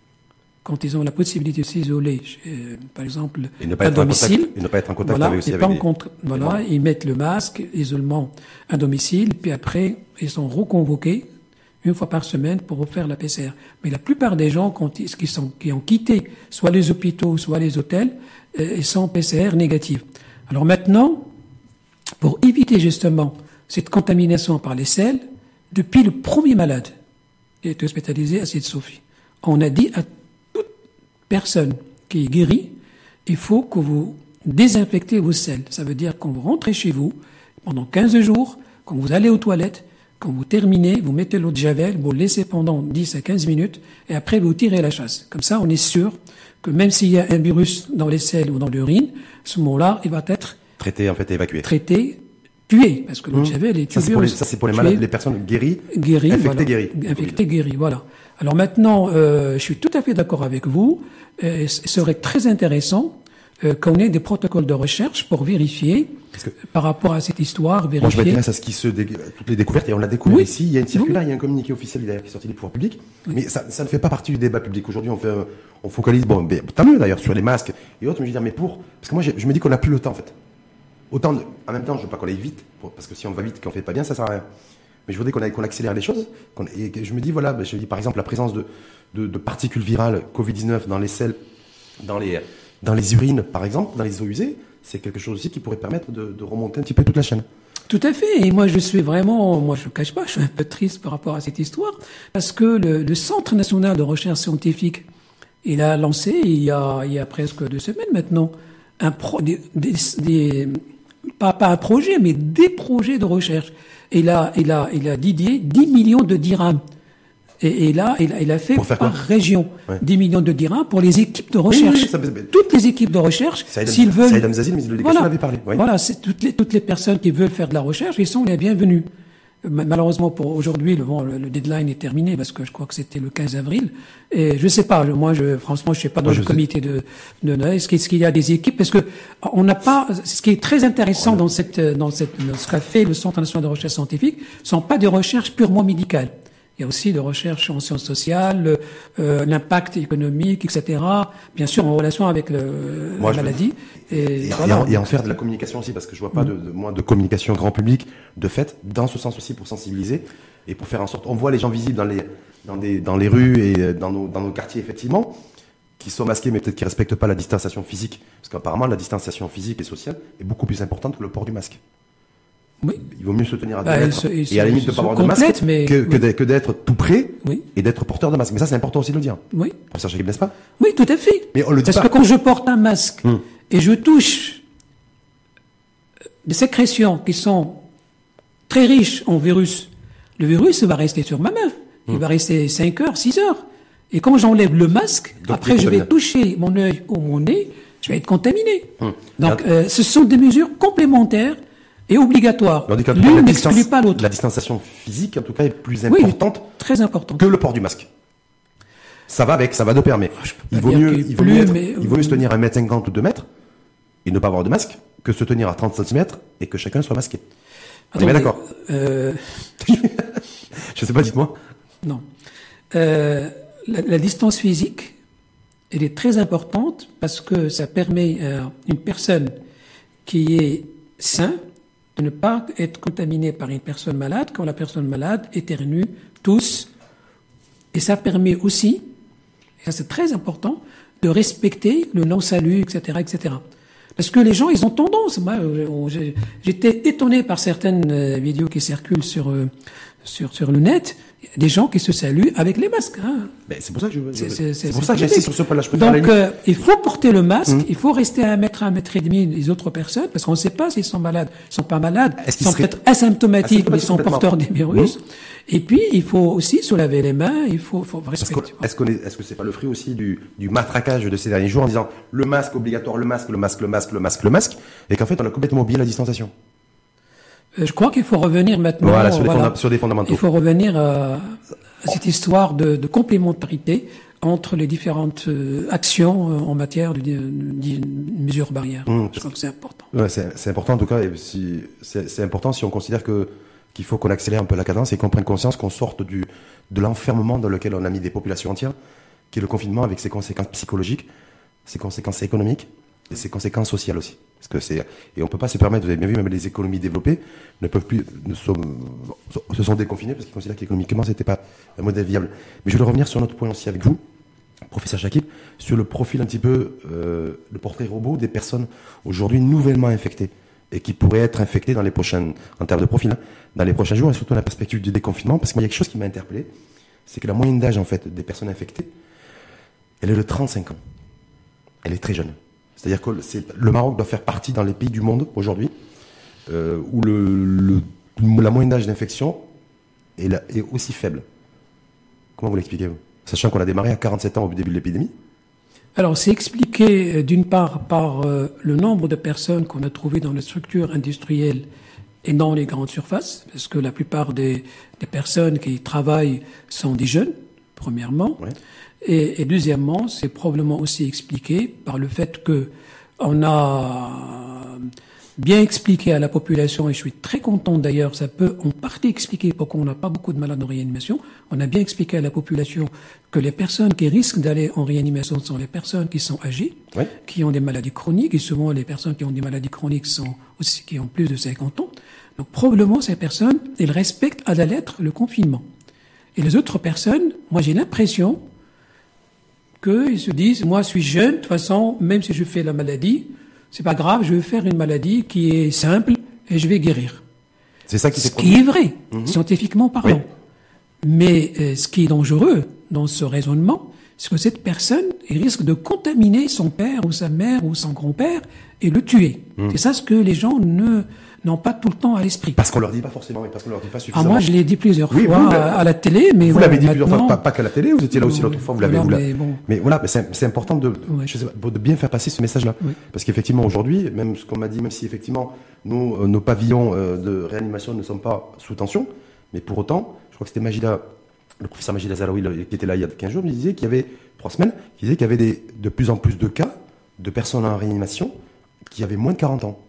A: Quand ils ont la possibilité de s'isoler, chez, par exemple, à domicile,
B: et ne pas être en contact
A: voilà,
B: avec aussi
A: et
B: avec
A: pas
B: des...
A: en contre, voilà, voilà, ils mettent le masque, isolement à domicile, puis après, ils sont reconvoqués une fois par semaine pour refaire la P C R. Mais la plupart des gens quand ils, qui, sont, qui ont quitté soit les hôpitaux, soit les hôtels, euh, ils sont P C R négatifs. Alors maintenant, pour éviter justement cette contamination par les selles, depuis le premier malade qui a été hospitalisé à Sainte-Sophie, on a dit à toute personne qui est guérie, il faut que vous désinfectez vos selles. Ça veut dire quand vous rentrez chez vous, pendant quinze jours, quand vous allez aux toilettes, quand vous terminez, vous mettez l'eau de javel, vous le laissez pendant dix à quinze minutes, et après vous tirez la chasse. Comme ça, on est sûr que même s'il y a un virus dans les selles ou dans l'urine, ce moment-là, il va être
B: traité, en fait, évacué.
A: Traité, tué, parce que l'eau de javel est
B: ça, c'est pour les, ça, c'est pour les malades, tué, les personnes guéries,
A: guéries
B: infectées,
A: voilà,
B: guéries.
A: Infectées, guéries, voilà. Alors maintenant, euh, je suis tout à fait d'accord avec vous. Euh, ce serait très intéressant euh, qu'on ait des protocoles de recherche pour vérifier, que, par rapport à cette histoire, vérifier...
B: Moi, je m'intéresse à ce qui se dé... toutes les découvertes, et on l'a découvert oui. ici. Il y a une circulaire, oui. il y a un communiqué officiel qui est sorti des pouvoirs publics, oui. mais ça, ça ne fait pas partie du débat public. Aujourd'hui, on fait, on focalise, bon, ben, tant mieux d'ailleurs, sur les masques et autres, mais je veux dire, mais pour... Parce que moi, je me dis qu'on n'a plus le temps, en fait. Autant, de... en même temps, je veux pas qu'on aille vite, pour... parce que si on va vite et qu'on fait pas bien, ça sert à rien. Mais je voudrais qu'on, aille, qu'on accélère les choses. Qu'on... Et je me dis, voilà, ben, je dis par exemple la présence de, de, de particules virales covid dix-neuf dans les selles, dans les, dans les urines, par exemple, dans les eaux usées, c'est quelque chose aussi qui pourrait permettre de, de remonter un petit peu toute la chaîne.
A: Tout à fait. Et moi, je suis vraiment, moi, je ne cache pas, je suis un peu triste par rapport à cette histoire, parce que le, le Centre national de recherche scientifique, il a lancé, il y a, il y a presque deux semaines maintenant, un pro, des, des, des pas, pas un projet, mais des projets de recherche. Et là, il a, il a dédié dix millions de dirhams. Et, et là, il a, il a fait par quoi région ouais. dix millions de dirhams pour les équipes de recherche. Oui, oui, ça, toutes les équipes de recherche, s'ils veulent...
B: Saïd Hamzazi, mais le voilà, avait parlé. Oui.
A: Voilà, c'est toutes les, toutes les personnes qui veulent faire de la recherche, ils sont les bienvenus. Malheureusement pour aujourd'hui, le, bon, le, le deadline est terminé parce que je crois que c'était le quinze avril. Et je sais pas, moi, je, franchement, je sais pas dans moi, le comité de, de, de est-ce, est-ce qu'il y a des équipes, parce que on n'a pas, ce qui est très intéressant ouais. dans cette, dans cette, dans ce qu'a fait le Centre national de recherche scientifique, ce sont pas des recherches purement médicales. Il y a aussi de recherche en sciences sociales, euh, l'impact économique, et cetera. Bien sûr, en relation avec le,
B: moi,
A: la maladie.
B: Et, et, voilà. et, en, et en faire de la communication aussi, parce que je vois pas de, de, moi, de communication grand public, de fait, dans ce sens aussi pour sensibiliser et pour faire en sorte, on voit les gens visibles dans les, dans des, dans les rues et dans nos, dans nos quartiers, effectivement, qui sont masqués, mais peut-être qui respectent pas la distanciation physique. Parce qu'apparemment, la distanciation physique et sociale est beaucoup plus importante que le port du masque.
A: Oui.
B: Il vaut mieux se tenir à deux
A: bah,
B: mètres
A: se, et,
B: et à la limite de ne pas avoir de masque
A: mais,
B: que,
A: oui.
B: que d'être tout près
A: oui.
B: et d'être porteur de masque. Mais ça, c'est important aussi de le dire.
A: Oui.
B: Professeur Chekib, n'est-ce pas?
A: Oui, tout à fait.
B: Mais on le dit
A: Parce
B: pas.
A: que quand je porte un masque hum. et je touche des sécrétions qui sont très riches en virus, le virus va rester sur ma main. Il hum. va rester cinq heures, six heures. Et quand j'enlève le masque, donc, après je vais toucher mon œil ou mon nez, je vais être contaminé. Hum. Donc, euh, ce sont des mesures complémentaires et obligatoire. L'une n'exclut pas l'autre.
B: La distanciation physique, en tout cas, est plus importante,
A: oui, très importante,
B: que le port du masque. Ça va avec, ça va de pair, mais il vaut mieux, il vaut
A: plus,
B: mieux, être,
A: mais,
B: il vaut mieux se tenir à un mètre cinquante ou deux mètres et ne pas avoir de masque que se tenir à trente centimètres et que chacun soit masqué. On est bien d'accord.
A: Euh...
B: Je sais pas, dites-moi.
A: Non. Euh, la, la distance physique, elle est très importante parce que ça permet à une personne qui est saine de ne pas être contaminé par une personne malade quand la personne malade éternue, tousse. Et ça permet aussi, et ça c'est très important, de respecter le non-salut, et cetera, et cetera. Parce que les gens, ils ont tendance, moi, j'étais étonné par certaines vidéos qui circulent sur, sur, sur le net, des gens qui se saluent avec les masques. Hein.
B: Ben, c'est pour ça que je,
A: c'est, c'est,
B: c'est pour ça que j'insiste sur ce point-là. Je
A: Donc, euh, il faut porter le masque, mmh. il faut rester à un mètre, à un mètre et demi des autres personnes, parce qu'on ne sait pas s'ils sont malades, ils sont pas malades, ils sont peut-être asymptomatiques, mais ils sont porteurs des virus. Mmh. Et puis, il faut aussi se laver les mains, il faut, faut respecter.
B: Est-ce qu'on est, est-ce que c'est pas le fruit aussi du, du matraquage de ces derniers jours en disant le masque obligatoire, le masque, le masque, le masque, le masque, le masque, et qu'en fait, on a complètement oublié la distanciation?
A: Je crois qu'il faut revenir maintenant
B: voilà, sur,
A: voilà,
B: fonda- sur des fondamentaux.
A: Il faut revenir à, à cette histoire de, de complémentarité entre les différentes euh, actions euh, en matière de, de, de, de mesures barrières. Mmh, Je crois que c'est important.
B: Ouais, c'est, c'est important en tout cas. Et si, c'est, c'est important si on considère que qu'il faut qu'on accélère un peu la cadence et qu'on prenne conscience qu'on sorte du de l'enfermement dans lequel on a mis des populations entières, qui est le confinement avec ses conséquences psychologiques, ses conséquences économiques et ses conséquences sociales aussi. Parce que c'est, et on peut pas se permettre, vous avez bien vu, même les économies développées ne peuvent plus, ne sont, se sont déconfinées parce qu'ils considèrent qu'économiquement c'était pas un modèle viable. Mais je voulais revenir sur notre point aussi avec vous, professeur Chekib, sur le profil un petit peu, euh, le portrait robot des personnes aujourd'hui nouvellement infectées et qui pourraient être infectées dans les prochaines, en termes de profil, hein, dans les prochains jours et surtout dans la perspective du déconfinement, parce qu'il y a quelque chose qui m'a interpellé, c'est que la moyenne d'âge en fait des personnes infectées, elle est de trente-cinq ans. Elle est très jeune. C'est-à-dire que c'est, le Maroc doit faire partie dans les pays du monde aujourd'hui euh, où le, le, la moyenne d'âge d'infection est, la, est aussi faible. Comment vous l'expliquez, vous? Sachant qu'on a démarré à quarante-sept ans au début de l'épidémie.
A: Alors, c'est expliqué d'une part par euh, le nombre de personnes qu'on a trouvées dans les structures industrielles et dans les grandes surfaces, parce que la plupart des, des personnes qui travaillent sont des jeunes, premièrement. Ouais. Et, et deuxièmement, c'est probablement aussi expliqué par le fait que on a bien expliqué à la population, et je suis très content d'ailleurs, ça peut en partie expliquer pourquoi on n'a pas beaucoup de malades en réanimation. On a bien expliqué à la population que les personnes qui risquent d'aller en réanimation sont les personnes qui sont âgées, oui. qui ont des maladies chroniques, et souvent les personnes qui ont des maladies chroniques sont aussi qui ont plus de cinquante ans. Donc probablement ces personnes, elles respectent à la lettre le confinement. Et les autres personnes, moi j'ai l'impression qu'ils se disent, moi je suis jeune, de toute façon, même si je fais la maladie, c'est pas grave, je vais faire une maladie qui est simple et je vais guérir.
B: C'est ça qui
A: Ce qui est vrai, mmh. scientifiquement parlant. Oui. Mais euh, ce qui est dangereux dans ce raisonnement, c'est que cette personne elle risque de contaminer son père ou sa mère ou son grand-père et le tuer. Mmh. C'est ça ce que les gens ne n'ont pas tout le temps à l'esprit.
B: Parce qu'on leur dit pas forcément, mais parce qu'on leur dit pas suffisamment.
A: Ah, moi, je l'ai dit plusieurs
B: oui,
A: fois
B: vous,
A: à, à la télé, mais
B: vous
A: voilà,
B: l'avez dit plusieurs
A: maintenant...
B: fois, pas, pas qu'à la télé, vous étiez là aussi l'autre fois, vous l'avez,
A: non,
B: vous
A: mais, bon.
B: mais voilà, mais c'est, c'est important de,
A: ouais.
B: je sais pas, de bien faire passer ce message-là. Oui. Parce qu'effectivement, aujourd'hui, même ce qu'on m'a dit, même si effectivement, nous, euh, nos pavillons euh, de réanimation ne sont pas sous tension, mais pour autant, je crois que c'était Majida, le professeur Majida Zaraoui, qui était là il y a quinze jours, il disait qu'il y avait, trois semaines, il disait qu'il y avait des, de plus en plus de cas de personnes en réanimation qui avaient moins de quarante ans.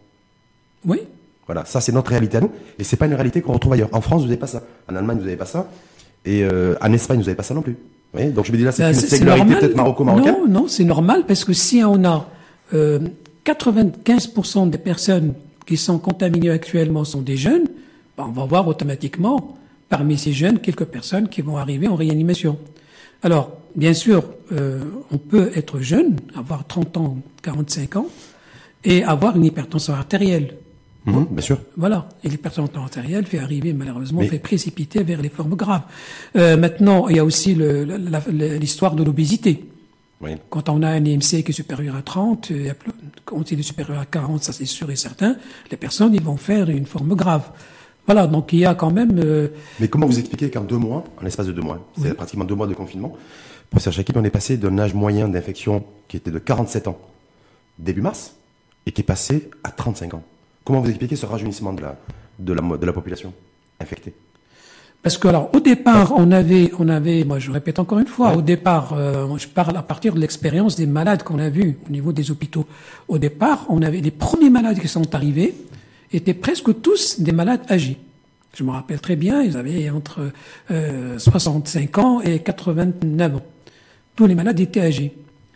A: Oui.
B: Voilà, ça c'est notre réalité à nous, et c'est pas une réalité qu'on retrouve ailleurs. En France, vous n'avez pas ça. En Allemagne, vous n'avez pas ça. Et euh, en Espagne, vous n'avez pas ça non plus. Oui, donc je me dis là, c'est
A: Ben,
B: une
A: c'est- c'est
B: singularité
A: normal.
B: peut-être maroco-marocaine.
A: Non, non, c'est normal parce que si on a euh, quatre-vingt-quinze pour cent des personnes qui sont contaminées actuellement sont des jeunes, ben, on va voir automatiquement parmi ces jeunes quelques personnes qui vont arriver en réanimation. Alors, bien sûr, euh, on peut être jeune, avoir trente ans, quarante-cinq ans, et avoir une hypertension artérielle.
B: Mhm, bien sûr.
A: Voilà. Et l'hypertension artérielle fait arriver, malheureusement,
B: Mais-
A: fait précipiter vers les formes graves. Euh, maintenant, il y a aussi le- la- la- l'histoire de l'obésité.
B: Oui.
A: Quand on a un I M C qui est supérieur à trente, il y a plus- quand il est supérieur à quarante, ça c'est sûr et certain, les personnes, ils vont faire une forme grave. Voilà. Donc, il y a quand même, euh,
B: Mais comment vous expliquez qu'en deux mois, en l'espace de deux mois, c'est pratiquement deux mois de confinement, professeur Chakib, on est passé d'un âge moyen d'infection qui était de quarante-sept ans début mars et qui est passé à trente-cinq ans. Comment vous expliquez ce rajeunissement de la, de la, de la population infectée?
A: parce que alors au départ on avait on avait moi je répète encore une fois
B: Ouais.
A: au départ euh, je parle à partir de l'expérience des malades qu'on a vus au niveau des hôpitaux. Au départ on avait les premiers malades qui sont arrivés étaient presque tous des malades âgés. Je me rappelle très bien, ils avaient entre euh, soixante-cinq ans et quatre-vingt-neuf ans. Tous les malades étaient âgés.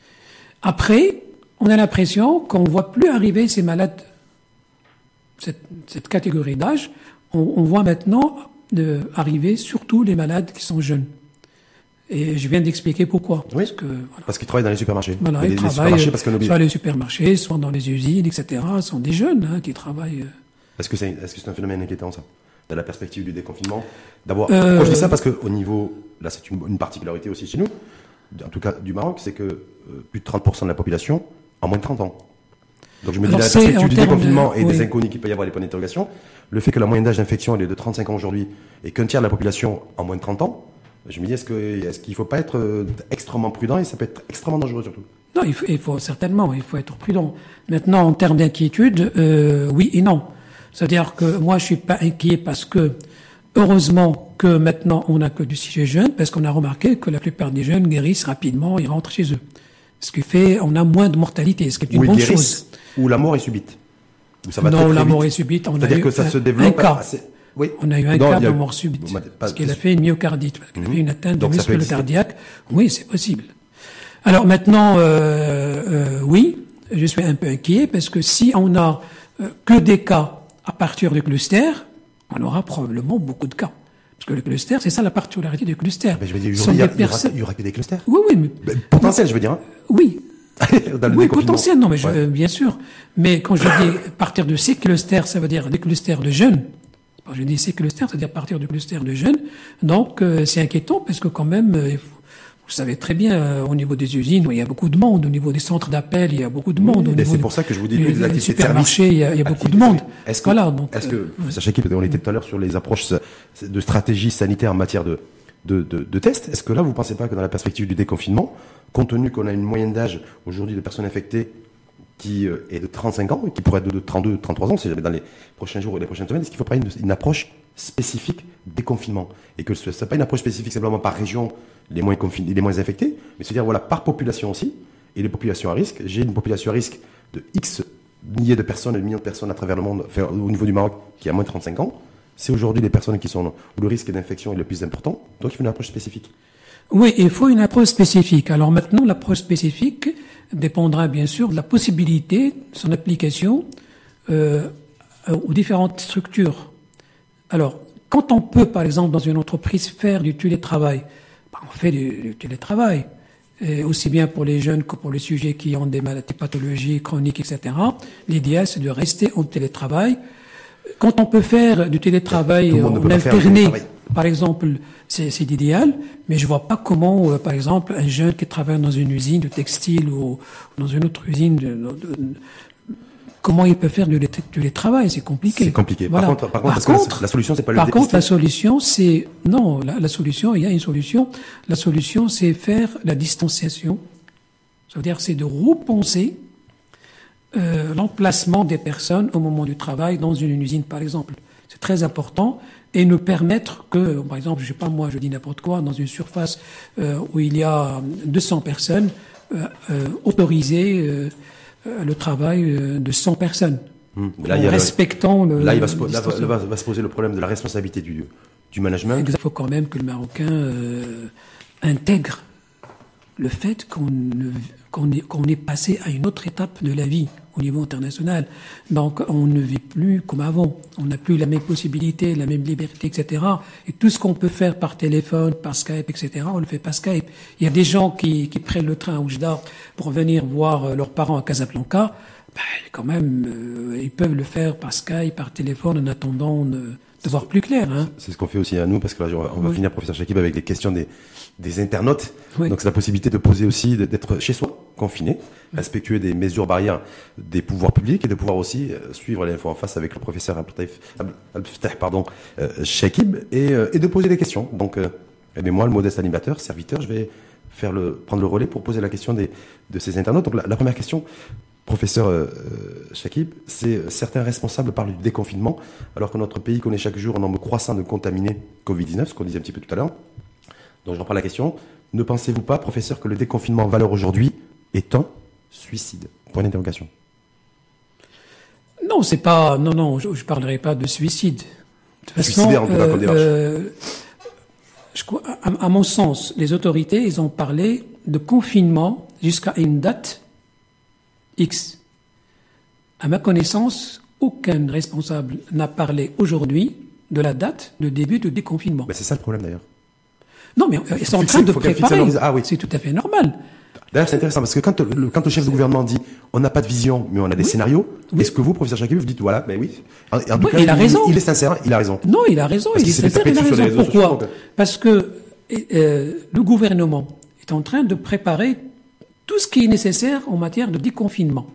A: Après, on a l'impression qu'on ne voit plus arriver ces malades, cette, cette catégorie d'âge. On, on voit maintenant de, arriver surtout les malades qui sont jeunes. Et je viens d'expliquer pourquoi.
B: Oui.
A: Parce que, voilà.
B: Parce qu'ils travaillent dans les supermarchés.
A: Voilà,
B: les,
A: ils
B: les
A: travaillent
B: supermarchés, parce qu'on oublie.
A: soit les supermarchés, soit dans les usines, et cetera. Ce sont des jeunes hein, qui travaillent. euh,
B: Est-ce que c'est est-ce que c'est un phénomène inquiétant, ça, dans la perspective du déconfinement, d'avoir.
A: Euh,
B: Pourquoi je dis ça? Parce qu'au niveau, là, c'est une, une particularité aussi chez nous, en tout cas du Maroc, c'est que euh, plus de trente pour cent de la population a moins de trente ans. Donc je me dis,
A: Alors,
B: dans la
A: c'est
B: perspective
A: en
B: du
A: termes
B: déconfinement
A: de-
B: et des
A: oui.
B: inconnus qu'il peut y avoir, les points d'interrogation, le fait que la moyenne d'âge d'infection elle est de trente-cinq ans aujourd'hui et qu'un tiers de la population a moins de trente ans, je me dis, est-ce que est-ce qu'il ne faut pas être euh, extrêmement prudent et ça peut être extrêmement dangereux surtout?
A: Non, il faut, il faut certainement, il faut être prudent. Maintenant, en termes d'inquiétude, euh, oui et non. C'est-à-dire que moi, je suis pas inquiet parce que, heureusement que maintenant, on n'a que du sujet jeune, parce qu'on a remarqué que la plupart des jeunes guérissent rapidement, ils rentrent chez eux. Ce qui fait, on a moins de mortalité, ce qui est une
B: Ou ils
A: bonne
B: guérissent,
A: chose.
B: ou la mort est subite. Ou ça va très,
A: Non,
B: très
A: la
B: vite.
A: mort est subite. On a
B: C'est-à-dire
A: eu
B: que ça
A: un,
B: se
A: un
B: développe
A: cas.
B: assez- Oui.
A: On a eu un
B: Non,
A: cas
B: il y a-
A: de mort subite.
B: Bon, bah, pas-
A: Parce qu'il a fait une myocardite, parce qu'il a
B: Mhm.
A: fait une atteinte
B: Donc
A: de
B: ça peut
A: muscle
B: exister.
A: cardiaque. Oui, c'est possible. Alors maintenant, euh, euh, oui, je suis un peu inquiet parce que si on a euh, que des cas à partir du cluster, on aura probablement beaucoup de cas. Parce que le cluster, c'est ça la particularité du cluster.
B: Mais je veux dire,
A: Ce sont
B: aujourd'hui, il y a-
A: des
B: il y aura-
A: personnes-
B: il y aura que des clusters.
A: Oui, oui, mais
B: Ben, potentiel, je veux dire. Hein.
A: oui,
B: Dans le
A: oui,
B: déconfinement.
A: potentiel, non, mais je,
B: Ouais.
A: euh, bien sûr. Mais quand je dis à partir de ces clusters, ça veut dire des clusters de jeunes. Quand je dis ces clusters, c'est-à-dire à partir de clusters de jeunes. Donc, euh, c'est inquiétant parce que quand même, euh, il faut- vous savez très bien, euh, au niveau des usines, il y a beaucoup de monde. Au niveau des centres d'appel, il y a beaucoup de monde.
B: Oui,
A: au
B: mais
A: niveau
B: c'est
A: des-
B: pour ça que je vous dis
A: des-
B: les
A: des
B: activités de
A: supermarchés,
B: service.
A: il y a, il y a beaucoup de
B: Activités de
A: monde.
B: service. Est-ce que,
A: Voilà, donc,
B: est-ce que,
A: euh,
B: professeur Chakib, on était tout à l'heure sur les approches de stratégie sanitaire en matière de, de, de, de tests. Est-ce que là, vous ne pensez pas que dans la perspective du déconfinement, compte tenu qu'on a une moyenne d'âge aujourd'hui de personnes infectées qui euh, est de trente-cinq ans et qui pourrait être de trente-deux, trente-trois ans, si jamais dans les prochains jours ou les prochaines semaines, est-ce qu'il ne faut pas une, une approche spécifique déconfinement et que ce n'est pas une approche spécifique simplement par région, les moins confinés, les moins infectés, mais se dire voilà par population aussi et les populations à risque. J'ai une population à risque de X milliers de personnes, de millions de personnes à travers le monde, enfin, au niveau du Maroc, qui a moins de trente-cinq ans. C'est aujourd'hui les personnes qui sont où le risque d'infection est le plus important. Donc il faut une approche spécifique.
A: Oui, il faut une approche spécifique. Alors maintenant, l'approche spécifique dépendra bien sûr de la possibilité de son application euh, aux différentes structures. Alors, quand on peut, par exemple, dans une entreprise, faire du télétravail, ben, on fait du, du télétravail. Et aussi bien pour les jeunes que pour les sujets qui ont des maladies, pathologies chroniques, et cetera. L'idéal, c'est de rester en télétravail. Quand on peut faire du télétravail
B: Tout le monde ne
A: en
B: peut pas faire du
A: alterné,
B: télétravail.
A: par exemple, c'est c'est l'idéal, mais je vois pas comment, euh, par exemple, un jeune qui travaille dans une usine de textile ou dans une autre usine, de, de- de- comment il peut faire du, du télétravail, c'est compliqué.
B: C'est compliqué.
A: Voilà.
B: Par contre, par contre, parce que la- la solution, c'est pas le
A: Par contre,
B: dépister.
A: la solution, c'est non, la, la solution, il y a une solution. La solution, c'est faire la distanciation. Ça veut dire, c'est de repenser euh, l'emplacement des personnes au moment du travail dans une usine, par exemple. C'est très important et nous permettre que, par exemple, je sais pas moi, je dis n'importe quoi, dans une surface euh, où il y a deux cents personnes, euh, euh, autoriser euh, euh, le travail euh, de cent personnes.
B: Hum.
A: En
B: Là, il y a le-
A: respectant le.
B: Là, il va se, po-
A: la
B: là, va,
A: distanciation.
B: va- va se poser le problème de la responsabilité du, du management.
A: Il faut quand même que le Marocain euh, intègre le fait qu'on, ne, qu'on, est, qu'on est passé à une autre étape de la vie au niveau international. Donc, on ne vit plus comme avant. On n'a plus la même possibilité, la même liberté, et cetera. Et tout ce qu'on peut faire par téléphone, par Skype, et cetera, on le fait par Skype. Il y a des gens qui, qui prennent le train à Oujda pour venir voir leurs parents à Casablanca. Ben, quand même, euh, ils peuvent le faire par Skype, par téléphone, en attendant de, de voir plus clair. Hein.
B: C'est ce qu'on fait aussi à nous, parce que là, on va, on va oui. finir, professeur Chakib, avec les questions des, des internautes. Oui. Donc, c'est la possibilité de poser aussi, d'être chez soi, confiné, oui. respectuer des mesures barrières des pouvoirs publics et de pouvoir aussi suivre l'info en face avec le professeur Abdel pardon, euh, Chakib et, euh, et de poser des questions. Donc, euh, eh bien, moi, le modeste animateur, serviteur, je vais faire le, prendre le relais pour poser la question des, de ces internautes. Donc, la, la première question, professeur euh, Chakib, c'est certains responsables parlent du déconfinement, alors que notre pays connaît chaque jour un nombre croissant de contaminés covid dix-neuf, ce qu'on disait un petit peu tout à l'heure. Donc je reprends la question. Ne pensez-vous pas, professeur, que le déconfinement en valeur aujourd'hui est un suicide? Point d'interrogation.
A: Non, c'est pas. Non, non, je ne parlerai pas de suicide. De toute façon,
B: Suicidaire, en tout cas, comme démarche.
A: Euh, je, à, à mon sens, les autorités, ils ont parlé de confinement jusqu'à une date X. À ma connaissance, aucun responsable n'a parlé aujourd'hui de la date de début de déconfinement.
B: Mais c'est ça le problème d'ailleurs.
A: Non, mais ils sont en train de préparer.
B: Ah, oui.
A: C'est tout à fait normal.
B: D'ailleurs, c'est intéressant parce que quand le, quand le chef de gouvernement dit on n'a pas de vision, mais on a des oui. scénarios, oui. est-ce que vous, professeur Chakib, vous dites voilà, ben oui. En, en tout
A: oui,
B: cas,
A: il a
B: il,
A: raison.
B: Il est sincère, il a raison.
A: Non, il a raison.
B: Parce
A: il est sincère, il a raison. Pourquoi sociaux, Parce que euh, le gouvernement est en train de préparer tout ce qui est nécessaire en matière de déconfinement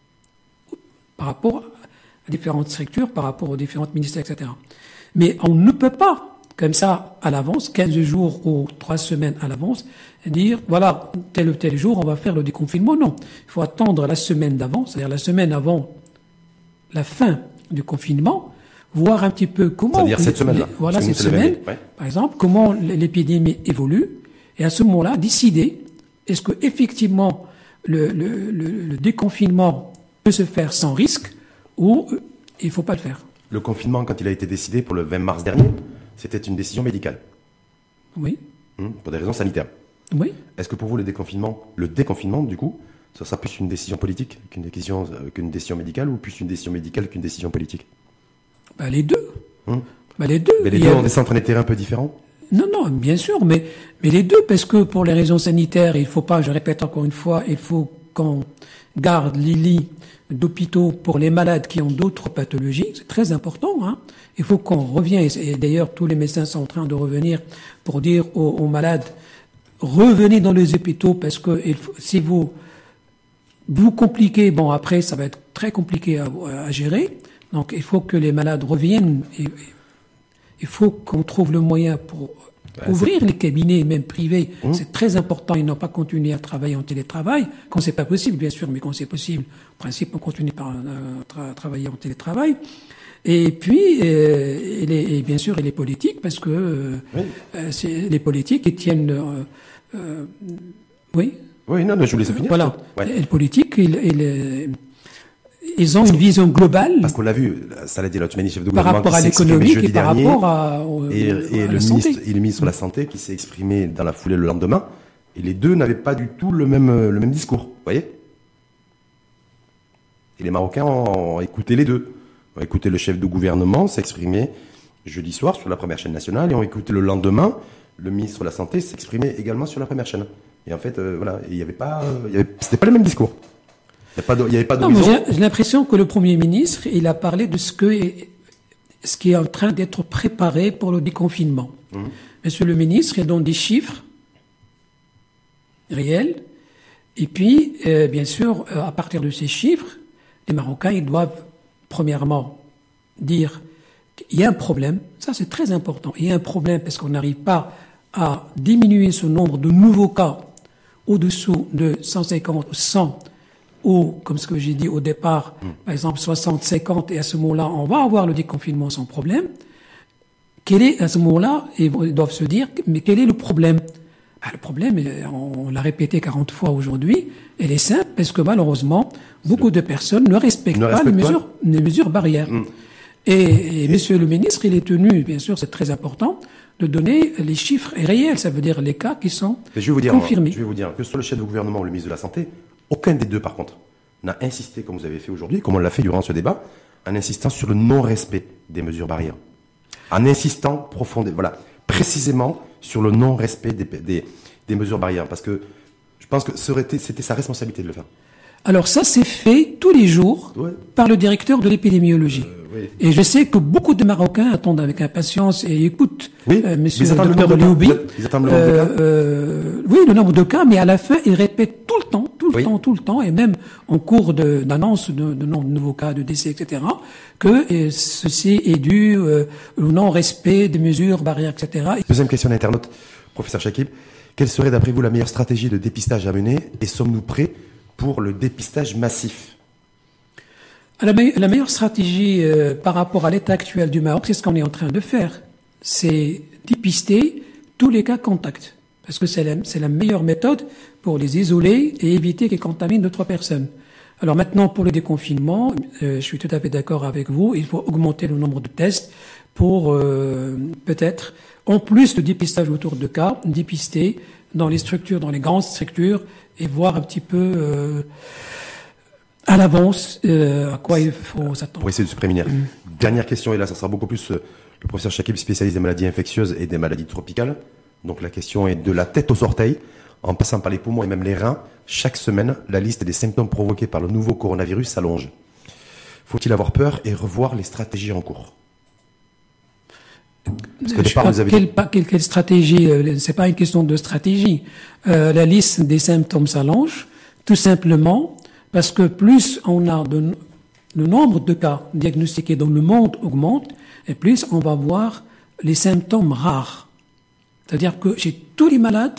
A: par rapport à différentes structures, par rapport aux différentes ministères, et cetera. Mais on ne peut pas, comme ça, à l'avance, quinze jours ou trois semaines à l'avance, dire, voilà, tel ou tel jour, on va faire le déconfinement. Non. Il faut attendre la semaine d'avant, c'est-à-dire la semaine avant la fin du confinement, voir un petit peu comment...
B: C'est-à-dire cette semaine-là.
A: Voilà, cette semaine, ouais. Par exemple, comment l'épidémie évolue, et à ce moment-là, décider, est-ce que effectivement le, le, le, le déconfinement peut se faire sans risque, ou il ne faut pas le faire.
B: Le confinement, quand il a été décidé pour le vingt mars dernier, c'était une décision médicale.
A: Oui.
B: Hum, pour des raisons sanitaires.
A: Oui.
B: Est-ce que pour vous, le déconfinement, le déconfinement, du coup, ça sera plus une décision politique qu'une décision, euh, qu'une décision médicale, ou plus une décision médicale qu'une décision politique?
A: Bah, les deux.
B: Hum.
A: Bah, les deux.
B: Mais les
A: il
B: deux
A: a...
B: ont des centres d'intérêt un peu différents?
A: Non, non, bien sûr, mais, mais les deux, parce que pour les raisons sanitaires, il faut pas, je répète encore une fois, il faut qu'on garde les lits d'hôpitaux pour les malades qui ont d'autres pathologies, c'est très important. Hein. Il faut qu'on revienne, et d'ailleurs tous les médecins sont en train de revenir pour dire aux, aux malades, revenez dans les hôpitaux parce que il faut, si vous vous compliquez, bon après ça va être très compliqué à, à gérer, donc il faut que les malades reviennent, et, et, il faut qu'on trouve le moyen pour
B: Ouais,
A: ouvrir les cabinets, même privés,
B: mmh.
A: c'est très important. Ils n'ont pas continué à travailler en télétravail. Quand c'est pas possible, bien sûr, mais quand c'est possible, en principe, on continue par euh, tra- travailler en télétravail. Et puis, euh, et, les, et bien sûr, et les politiques, parce que euh, oui. euh, c'est, les politiques, ils tiennent... Euh, euh, oui.
B: Oui, non, mais je vous laisse finir.
A: Voilà.
B: Ouais.
A: Et les politiques, ils, ils, ils ont une vision globale.
B: Parce qu'on l'a vu, ça l'a dit l'Otmani, chef de
A: par
B: gouvernement,
A: rapport à l'économie et par
B: dernier,
A: rapport à, au,
B: et, et
A: à
B: le
A: la
B: ministre,
A: santé.
B: et le ministre de la Santé qui s'est exprimé dans la foulée le lendemain. Et les deux n'avaient pas du tout le même, le même discours. Vous voyez? Et les Marocains ont, ont écouté les deux. Ont écouté le chef de gouvernement s'exprimer jeudi soir sur la première chaîne nationale et ont écouté le lendemain le ministre de la Santé s'exprimer également sur la première chaîne. Et en fait, euh, voilà, il y avait pas, il y avait, c'était pas le même discours. Il n'y avait pas de.
A: Non, mais j'ai, j'ai l'impression que le Premier ministre, il a parlé de ce que, ce qui est en train d'être préparé pour le déconfinement. Mmh. Monsieur le ministre, il donne des chiffres réels. Et puis, euh, bien sûr, euh, à partir de ces chiffres, les Marocains, ils doivent, premièrement, dire qu'il y a un problème. Ça, c'est très important. Il y a un problème parce qu'on n'arrive pas à diminuer ce nombre de nouveaux cas au-dessous de cent cinquante ou cent, ou, comme ce que j'ai dit au départ, mmh. par exemple soixante, cinquante, et à ce moment-là, on va avoir le déconfinement sans problème. Quel est, à ce moment-là, ils doivent se dire, mais quel est le problème? Ah, le problème, on, on l'a répété quarante fois aujourd'hui, elle est simple, parce que malheureusement, beaucoup de personnes ne respectent, ne pas, respectent les, mesures, les mesures barrières. Mmh. Et, et Monsieur le ministre, il est tenu, bien sûr, c'est très important, de donner les chiffres réels, ça veut dire les cas qui sont
B: Mais je vais vous dire,
A: confirmés.
B: Je vais vous dire que sur le chef de gouvernement ou le ministre de la Santé, aucun des deux, par contre, n'a insisté, comme vous avez fait aujourd'hui, comme on l'a fait durant ce débat, en insistant sur le non-respect des mesures barrières. En insistant profondément, voilà, précisément sur le non-respect des, des, des mesures barrières. Parce que je pense que ça aurait été, c'était sa responsabilité de le faire.
A: Alors ça, c'est fait tous les jours
B: Ouais.
A: par le directeur de l'épidémiologie.
B: Euh, oui.
A: Et je sais que beaucoup de Marocains attendent avec impatience et écoutent
B: Oui,
A: euh, monsieur
B: ils
A: le
B: attendent le
A: docteur
B: nombre de
A: Lioubi.
B: cas. Ils attendent le nombre de cas.
A: Euh, oui, le nombre de cas, mais à la fin, il répète tout le temps, tout le
B: Oui.
A: temps, tout le temps, et même en cours de- d'annonce de, de, nombre de nouveaux cas, de décès, et cetera, que euh, ceci est dû euh, au non-respect des mesures barrières, et cetera.
B: Deuxième question d'internaute, professeur Chakib. Quelle serait d'après vous la meilleure stratégie de dépistage à mener et sommes-nous prêts pour le dépistage massif?
A: La, me- la meilleure stratégie euh, par rapport à l'état actuel du Maroc, c'est ce qu'on est en train de faire. C'est dépister tous les cas contacts. Parce que c'est la, c'est la meilleure méthode pour les isoler et éviter qu'ils contaminent d'autres personnes. Alors maintenant, pour le déconfinement, euh, je suis tout à fait d'accord avec vous, il faut augmenter le nombre de tests pour euh, peut-être, en plus de dépistage autour de cas, dépister dans les structures, dans les grandes structures, et voir un petit peu euh, à l'avance euh, à quoi il faut s'attendre.
B: Pour essayer de se prémunir. Mmh. Dernière question, et là, ça sera beaucoup plus euh, le professeur Chakib, spécialiste des maladies infectieuses et des maladies tropicales. Donc la question est de la tête aux orteils, en passant par les poumons et même les reins. Chaque semaine, la liste des symptômes provoqués par le nouveau coronavirus s'allonge. Faut-il avoir peur et revoir les stratégies en cours? Parce que départ, vous avez
A: quelle, quelle, quelle stratégie? C'est pas une question de stratégie. Euh, la liste des symptômes s'allonge, tout simplement parce que plus on a de, le nombre de cas diagnostiqués dans le monde augmente, et plus on va voir les symptômes rares. C'est-à-dire que chez tous les malades,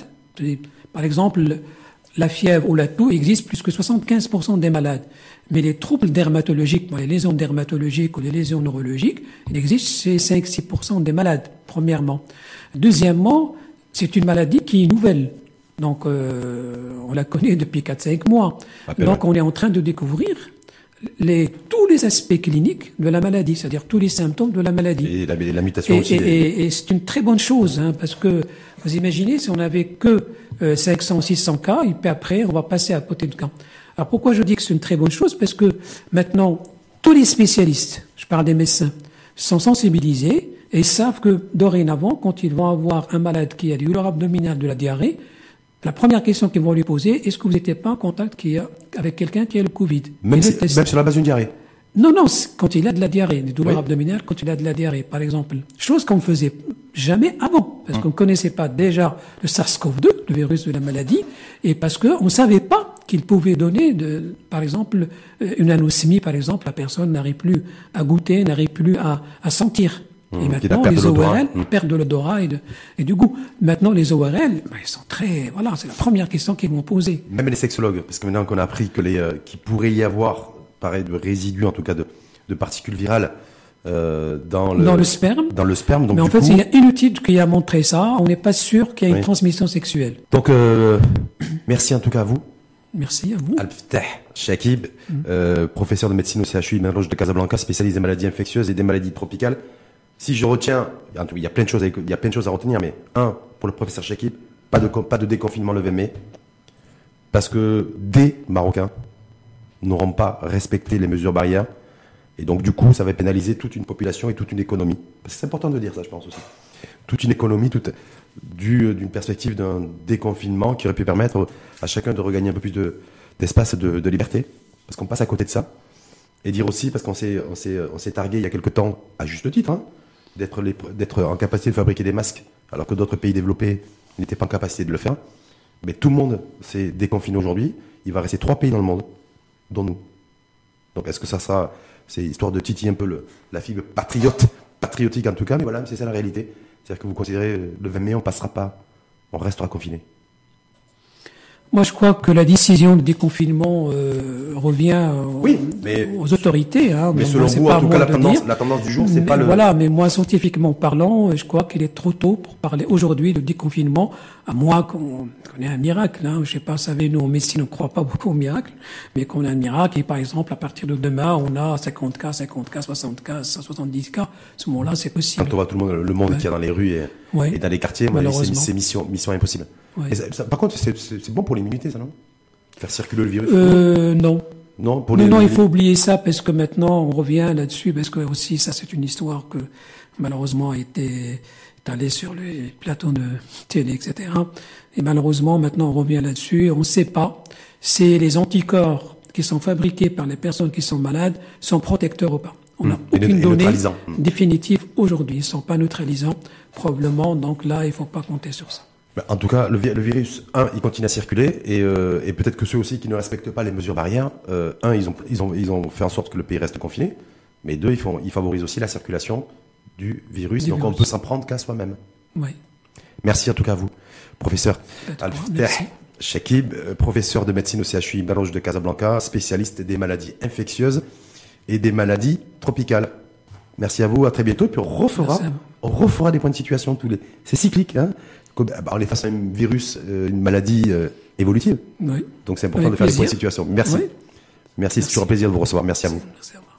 A: par exemple, la fièvre ou la toux existe plus que soixante-quinze pour cent des malades. Mais les troubles dermatologiques, les lésions dermatologiques ou les lésions neurologiques, il existe chez cinq à six pour cent des malades, premièrement. Deuxièmement, c'est une maladie qui est nouvelle. Donc, euh, on la connaît depuis quatre à cinq mois.
B: Appel
A: Donc, on est en train de découvrir les, tous les aspects cliniques de la maladie, c'est-à-dire tous les symptômes de la maladie.
B: Et la, la mutation
A: et,
B: aussi.
A: Et,
B: des...
A: et, et c'est une très bonne chose, hein, parce que vous imaginez, si on n'avait que euh, cinq cents, six cents cas, et puis après, on va passer à côté de cas. Alors pourquoi je dis que c'est une très bonne chose? Parce que maintenant, tous les spécialistes, je parle des médecins, sont sensibilisés et savent que dorénavant, quand ils vont avoir un malade qui a du douleur abdominale, de la diarrhée, la première question qu'ils vont lui poser, est-ce que vous n'étiez pas en contact qui a, avec quelqu'un qui a le Covid?
B: Même, si, même sur la base d'une diarrhée?
A: Non, non, quand il a de la diarrhée, des douleurs
B: oui.
A: abdominales, quand il a de la diarrhée, par exemple. Chose qu'on ne faisait jamais avant, parce hum. qu'on ne connaissait pas déjà le SARS-CoV deux, le virus de la maladie, et parce qu'on ne savait pas qu'il pouvait donner, de, par exemple, une anosmie, par exemple, la personne n'arrive plus à goûter, n'arrive plus à, à sentir. Mmh, et maintenant, les O R L mmh. perdent de l'odorat et, de, et du goût. Maintenant, les O R L, ben, ils sont très, voilà, c'est la première question qu'ils vont poser.
B: Même les sexologues, parce que maintenant qu'on a appris que les, euh, qu'il pourrait y avoir, pareil, de résidus, en tout cas de, de particules virales, euh, dans le,
A: dans le sperme.
B: Dans le sperme. Donc,
A: mais en fait,
B: coup...
A: il y a une étude qui a montré ça. On n'est pas sûr qu'il y ait une oui. transmission sexuelle.
B: Donc, euh, merci en tout cas à vous.
A: Merci à vous.
B: Al-Ftah Chakib, mmh. euh, professeur de médecine au C H U Ibn Roch de Casablanca, spécialiste des maladies infectieuses et des maladies tropicales. Si je retiens, il y a plein de choses, à, il y a plein de choses à retenir, mais un, pour le professeur Chakib, pas de, pas de déconfinement le vingt mai, parce que des Marocains n'auront pas respecté les mesures barrières, et donc du coup, ça va pénaliser toute une population et toute une économie. Parce que c'est important de dire ça, je pense aussi. Toute une économie, toute, du, d'une perspective d'un déconfinement qui aurait pu permettre à chacun de regagner un peu plus de, d'espace de, de liberté, parce qu'on passe à côté de ça. Et dire aussi, parce qu'on s'est, on s'est, on s'est targué il y a quelque temps, à juste titre, hein, d'être, les, d'être en capacité de fabriquer des masques, alors que d'autres pays développés n'étaient pas en capacité de le faire. Mais tout le monde s'est déconfiné aujourd'hui. Il va rester trois pays dans le monde, dont nous. Donc est-ce que ça sera, c'est histoire de titiller un peu le, la fibre patriote, patriotique en tout cas, mais voilà, c'est ça la réalité. C'est-à-dire que vous considérez le vingt mai, on passera pas, on restera confiné.
A: Moi, je crois que la décision de déconfinement euh, revient aux,
B: oui, mais,
A: aux autorités. Hein.
B: Mais
A: bon,
B: selon vous, en tout cas, la tendance, la tendance du jour, c'est pas le...
A: Voilà, mais moi, scientifiquement parlant, je crois qu'il est trop tôt pour parler aujourd'hui de déconfinement, à moins qu'on qu'on ait un miracle. Hein. Je sais pas, vous savez, nous, en médecine, on ne croit pas beaucoup au miracle, mais qu'on a un miracle, et par exemple, à partir de demain, on a cinquante cas, cinquante cas, soixante cas, cent soixante-dix cas. À ce moment-là, c'est possible.
B: Quand on voit tout le monde, le monde ouais. qui est dans les rues et, ouais. et dans les quartiers, c'est, c'est mission, mission impossible. Ouais. Ça, ça, par contre, c'est, c'est, c'est bon pour l'immunité, ça, non? Faire circuler le virus?
A: Euh, non.
B: Non, pour
A: non,
B: les...
A: non, il faut oublier ça parce que maintenant on revient là-dessus parce que aussi ça c'est une histoire que malheureusement a été étalée sur les plateaux de télé, et cetera. Et malheureusement maintenant on revient là-dessus. On ne sait pas si les anticorps qui sont fabriqués par les personnes qui sont malades sont protecteurs ou pas. On n'a mmh. aucune et donnée définitive aujourd'hui. Ils ne sont pas neutralisants probablement. Donc là, il ne faut pas compter sur ça.
B: En tout cas, le, le virus, un, il continue à circuler, et, euh, et peut-être que ceux aussi qui ne respectent pas les mesures barrières, euh, un, ils ont, ils ont, ils ont fait en sorte que le pays reste confiné, mais deux, ils, font, ils favorisent aussi la circulation du virus, du donc virus. On peut s'en prendre qu'à soi-même.
A: Oui.
B: Merci en tout cas à vous, professeur Al-Fattah Chekib, professeur de médecine au C H U Ibn Roch de Casablanca, spécialiste des maladies infectieuses et des maladies tropicales. Merci à vous, à très bientôt, et puis on refera, on refera des points de situation tous les. C'est cyclique, hein. On est face à un virus, une maladie euh, évolutive.
A: Oui.
B: Donc c'est important Avec de faire plaisir. Des points de situation. Merci. Oui. Merci, Merci, c'est toujours un plaisir de vous recevoir. Merci, Merci à vous. Merci à vous.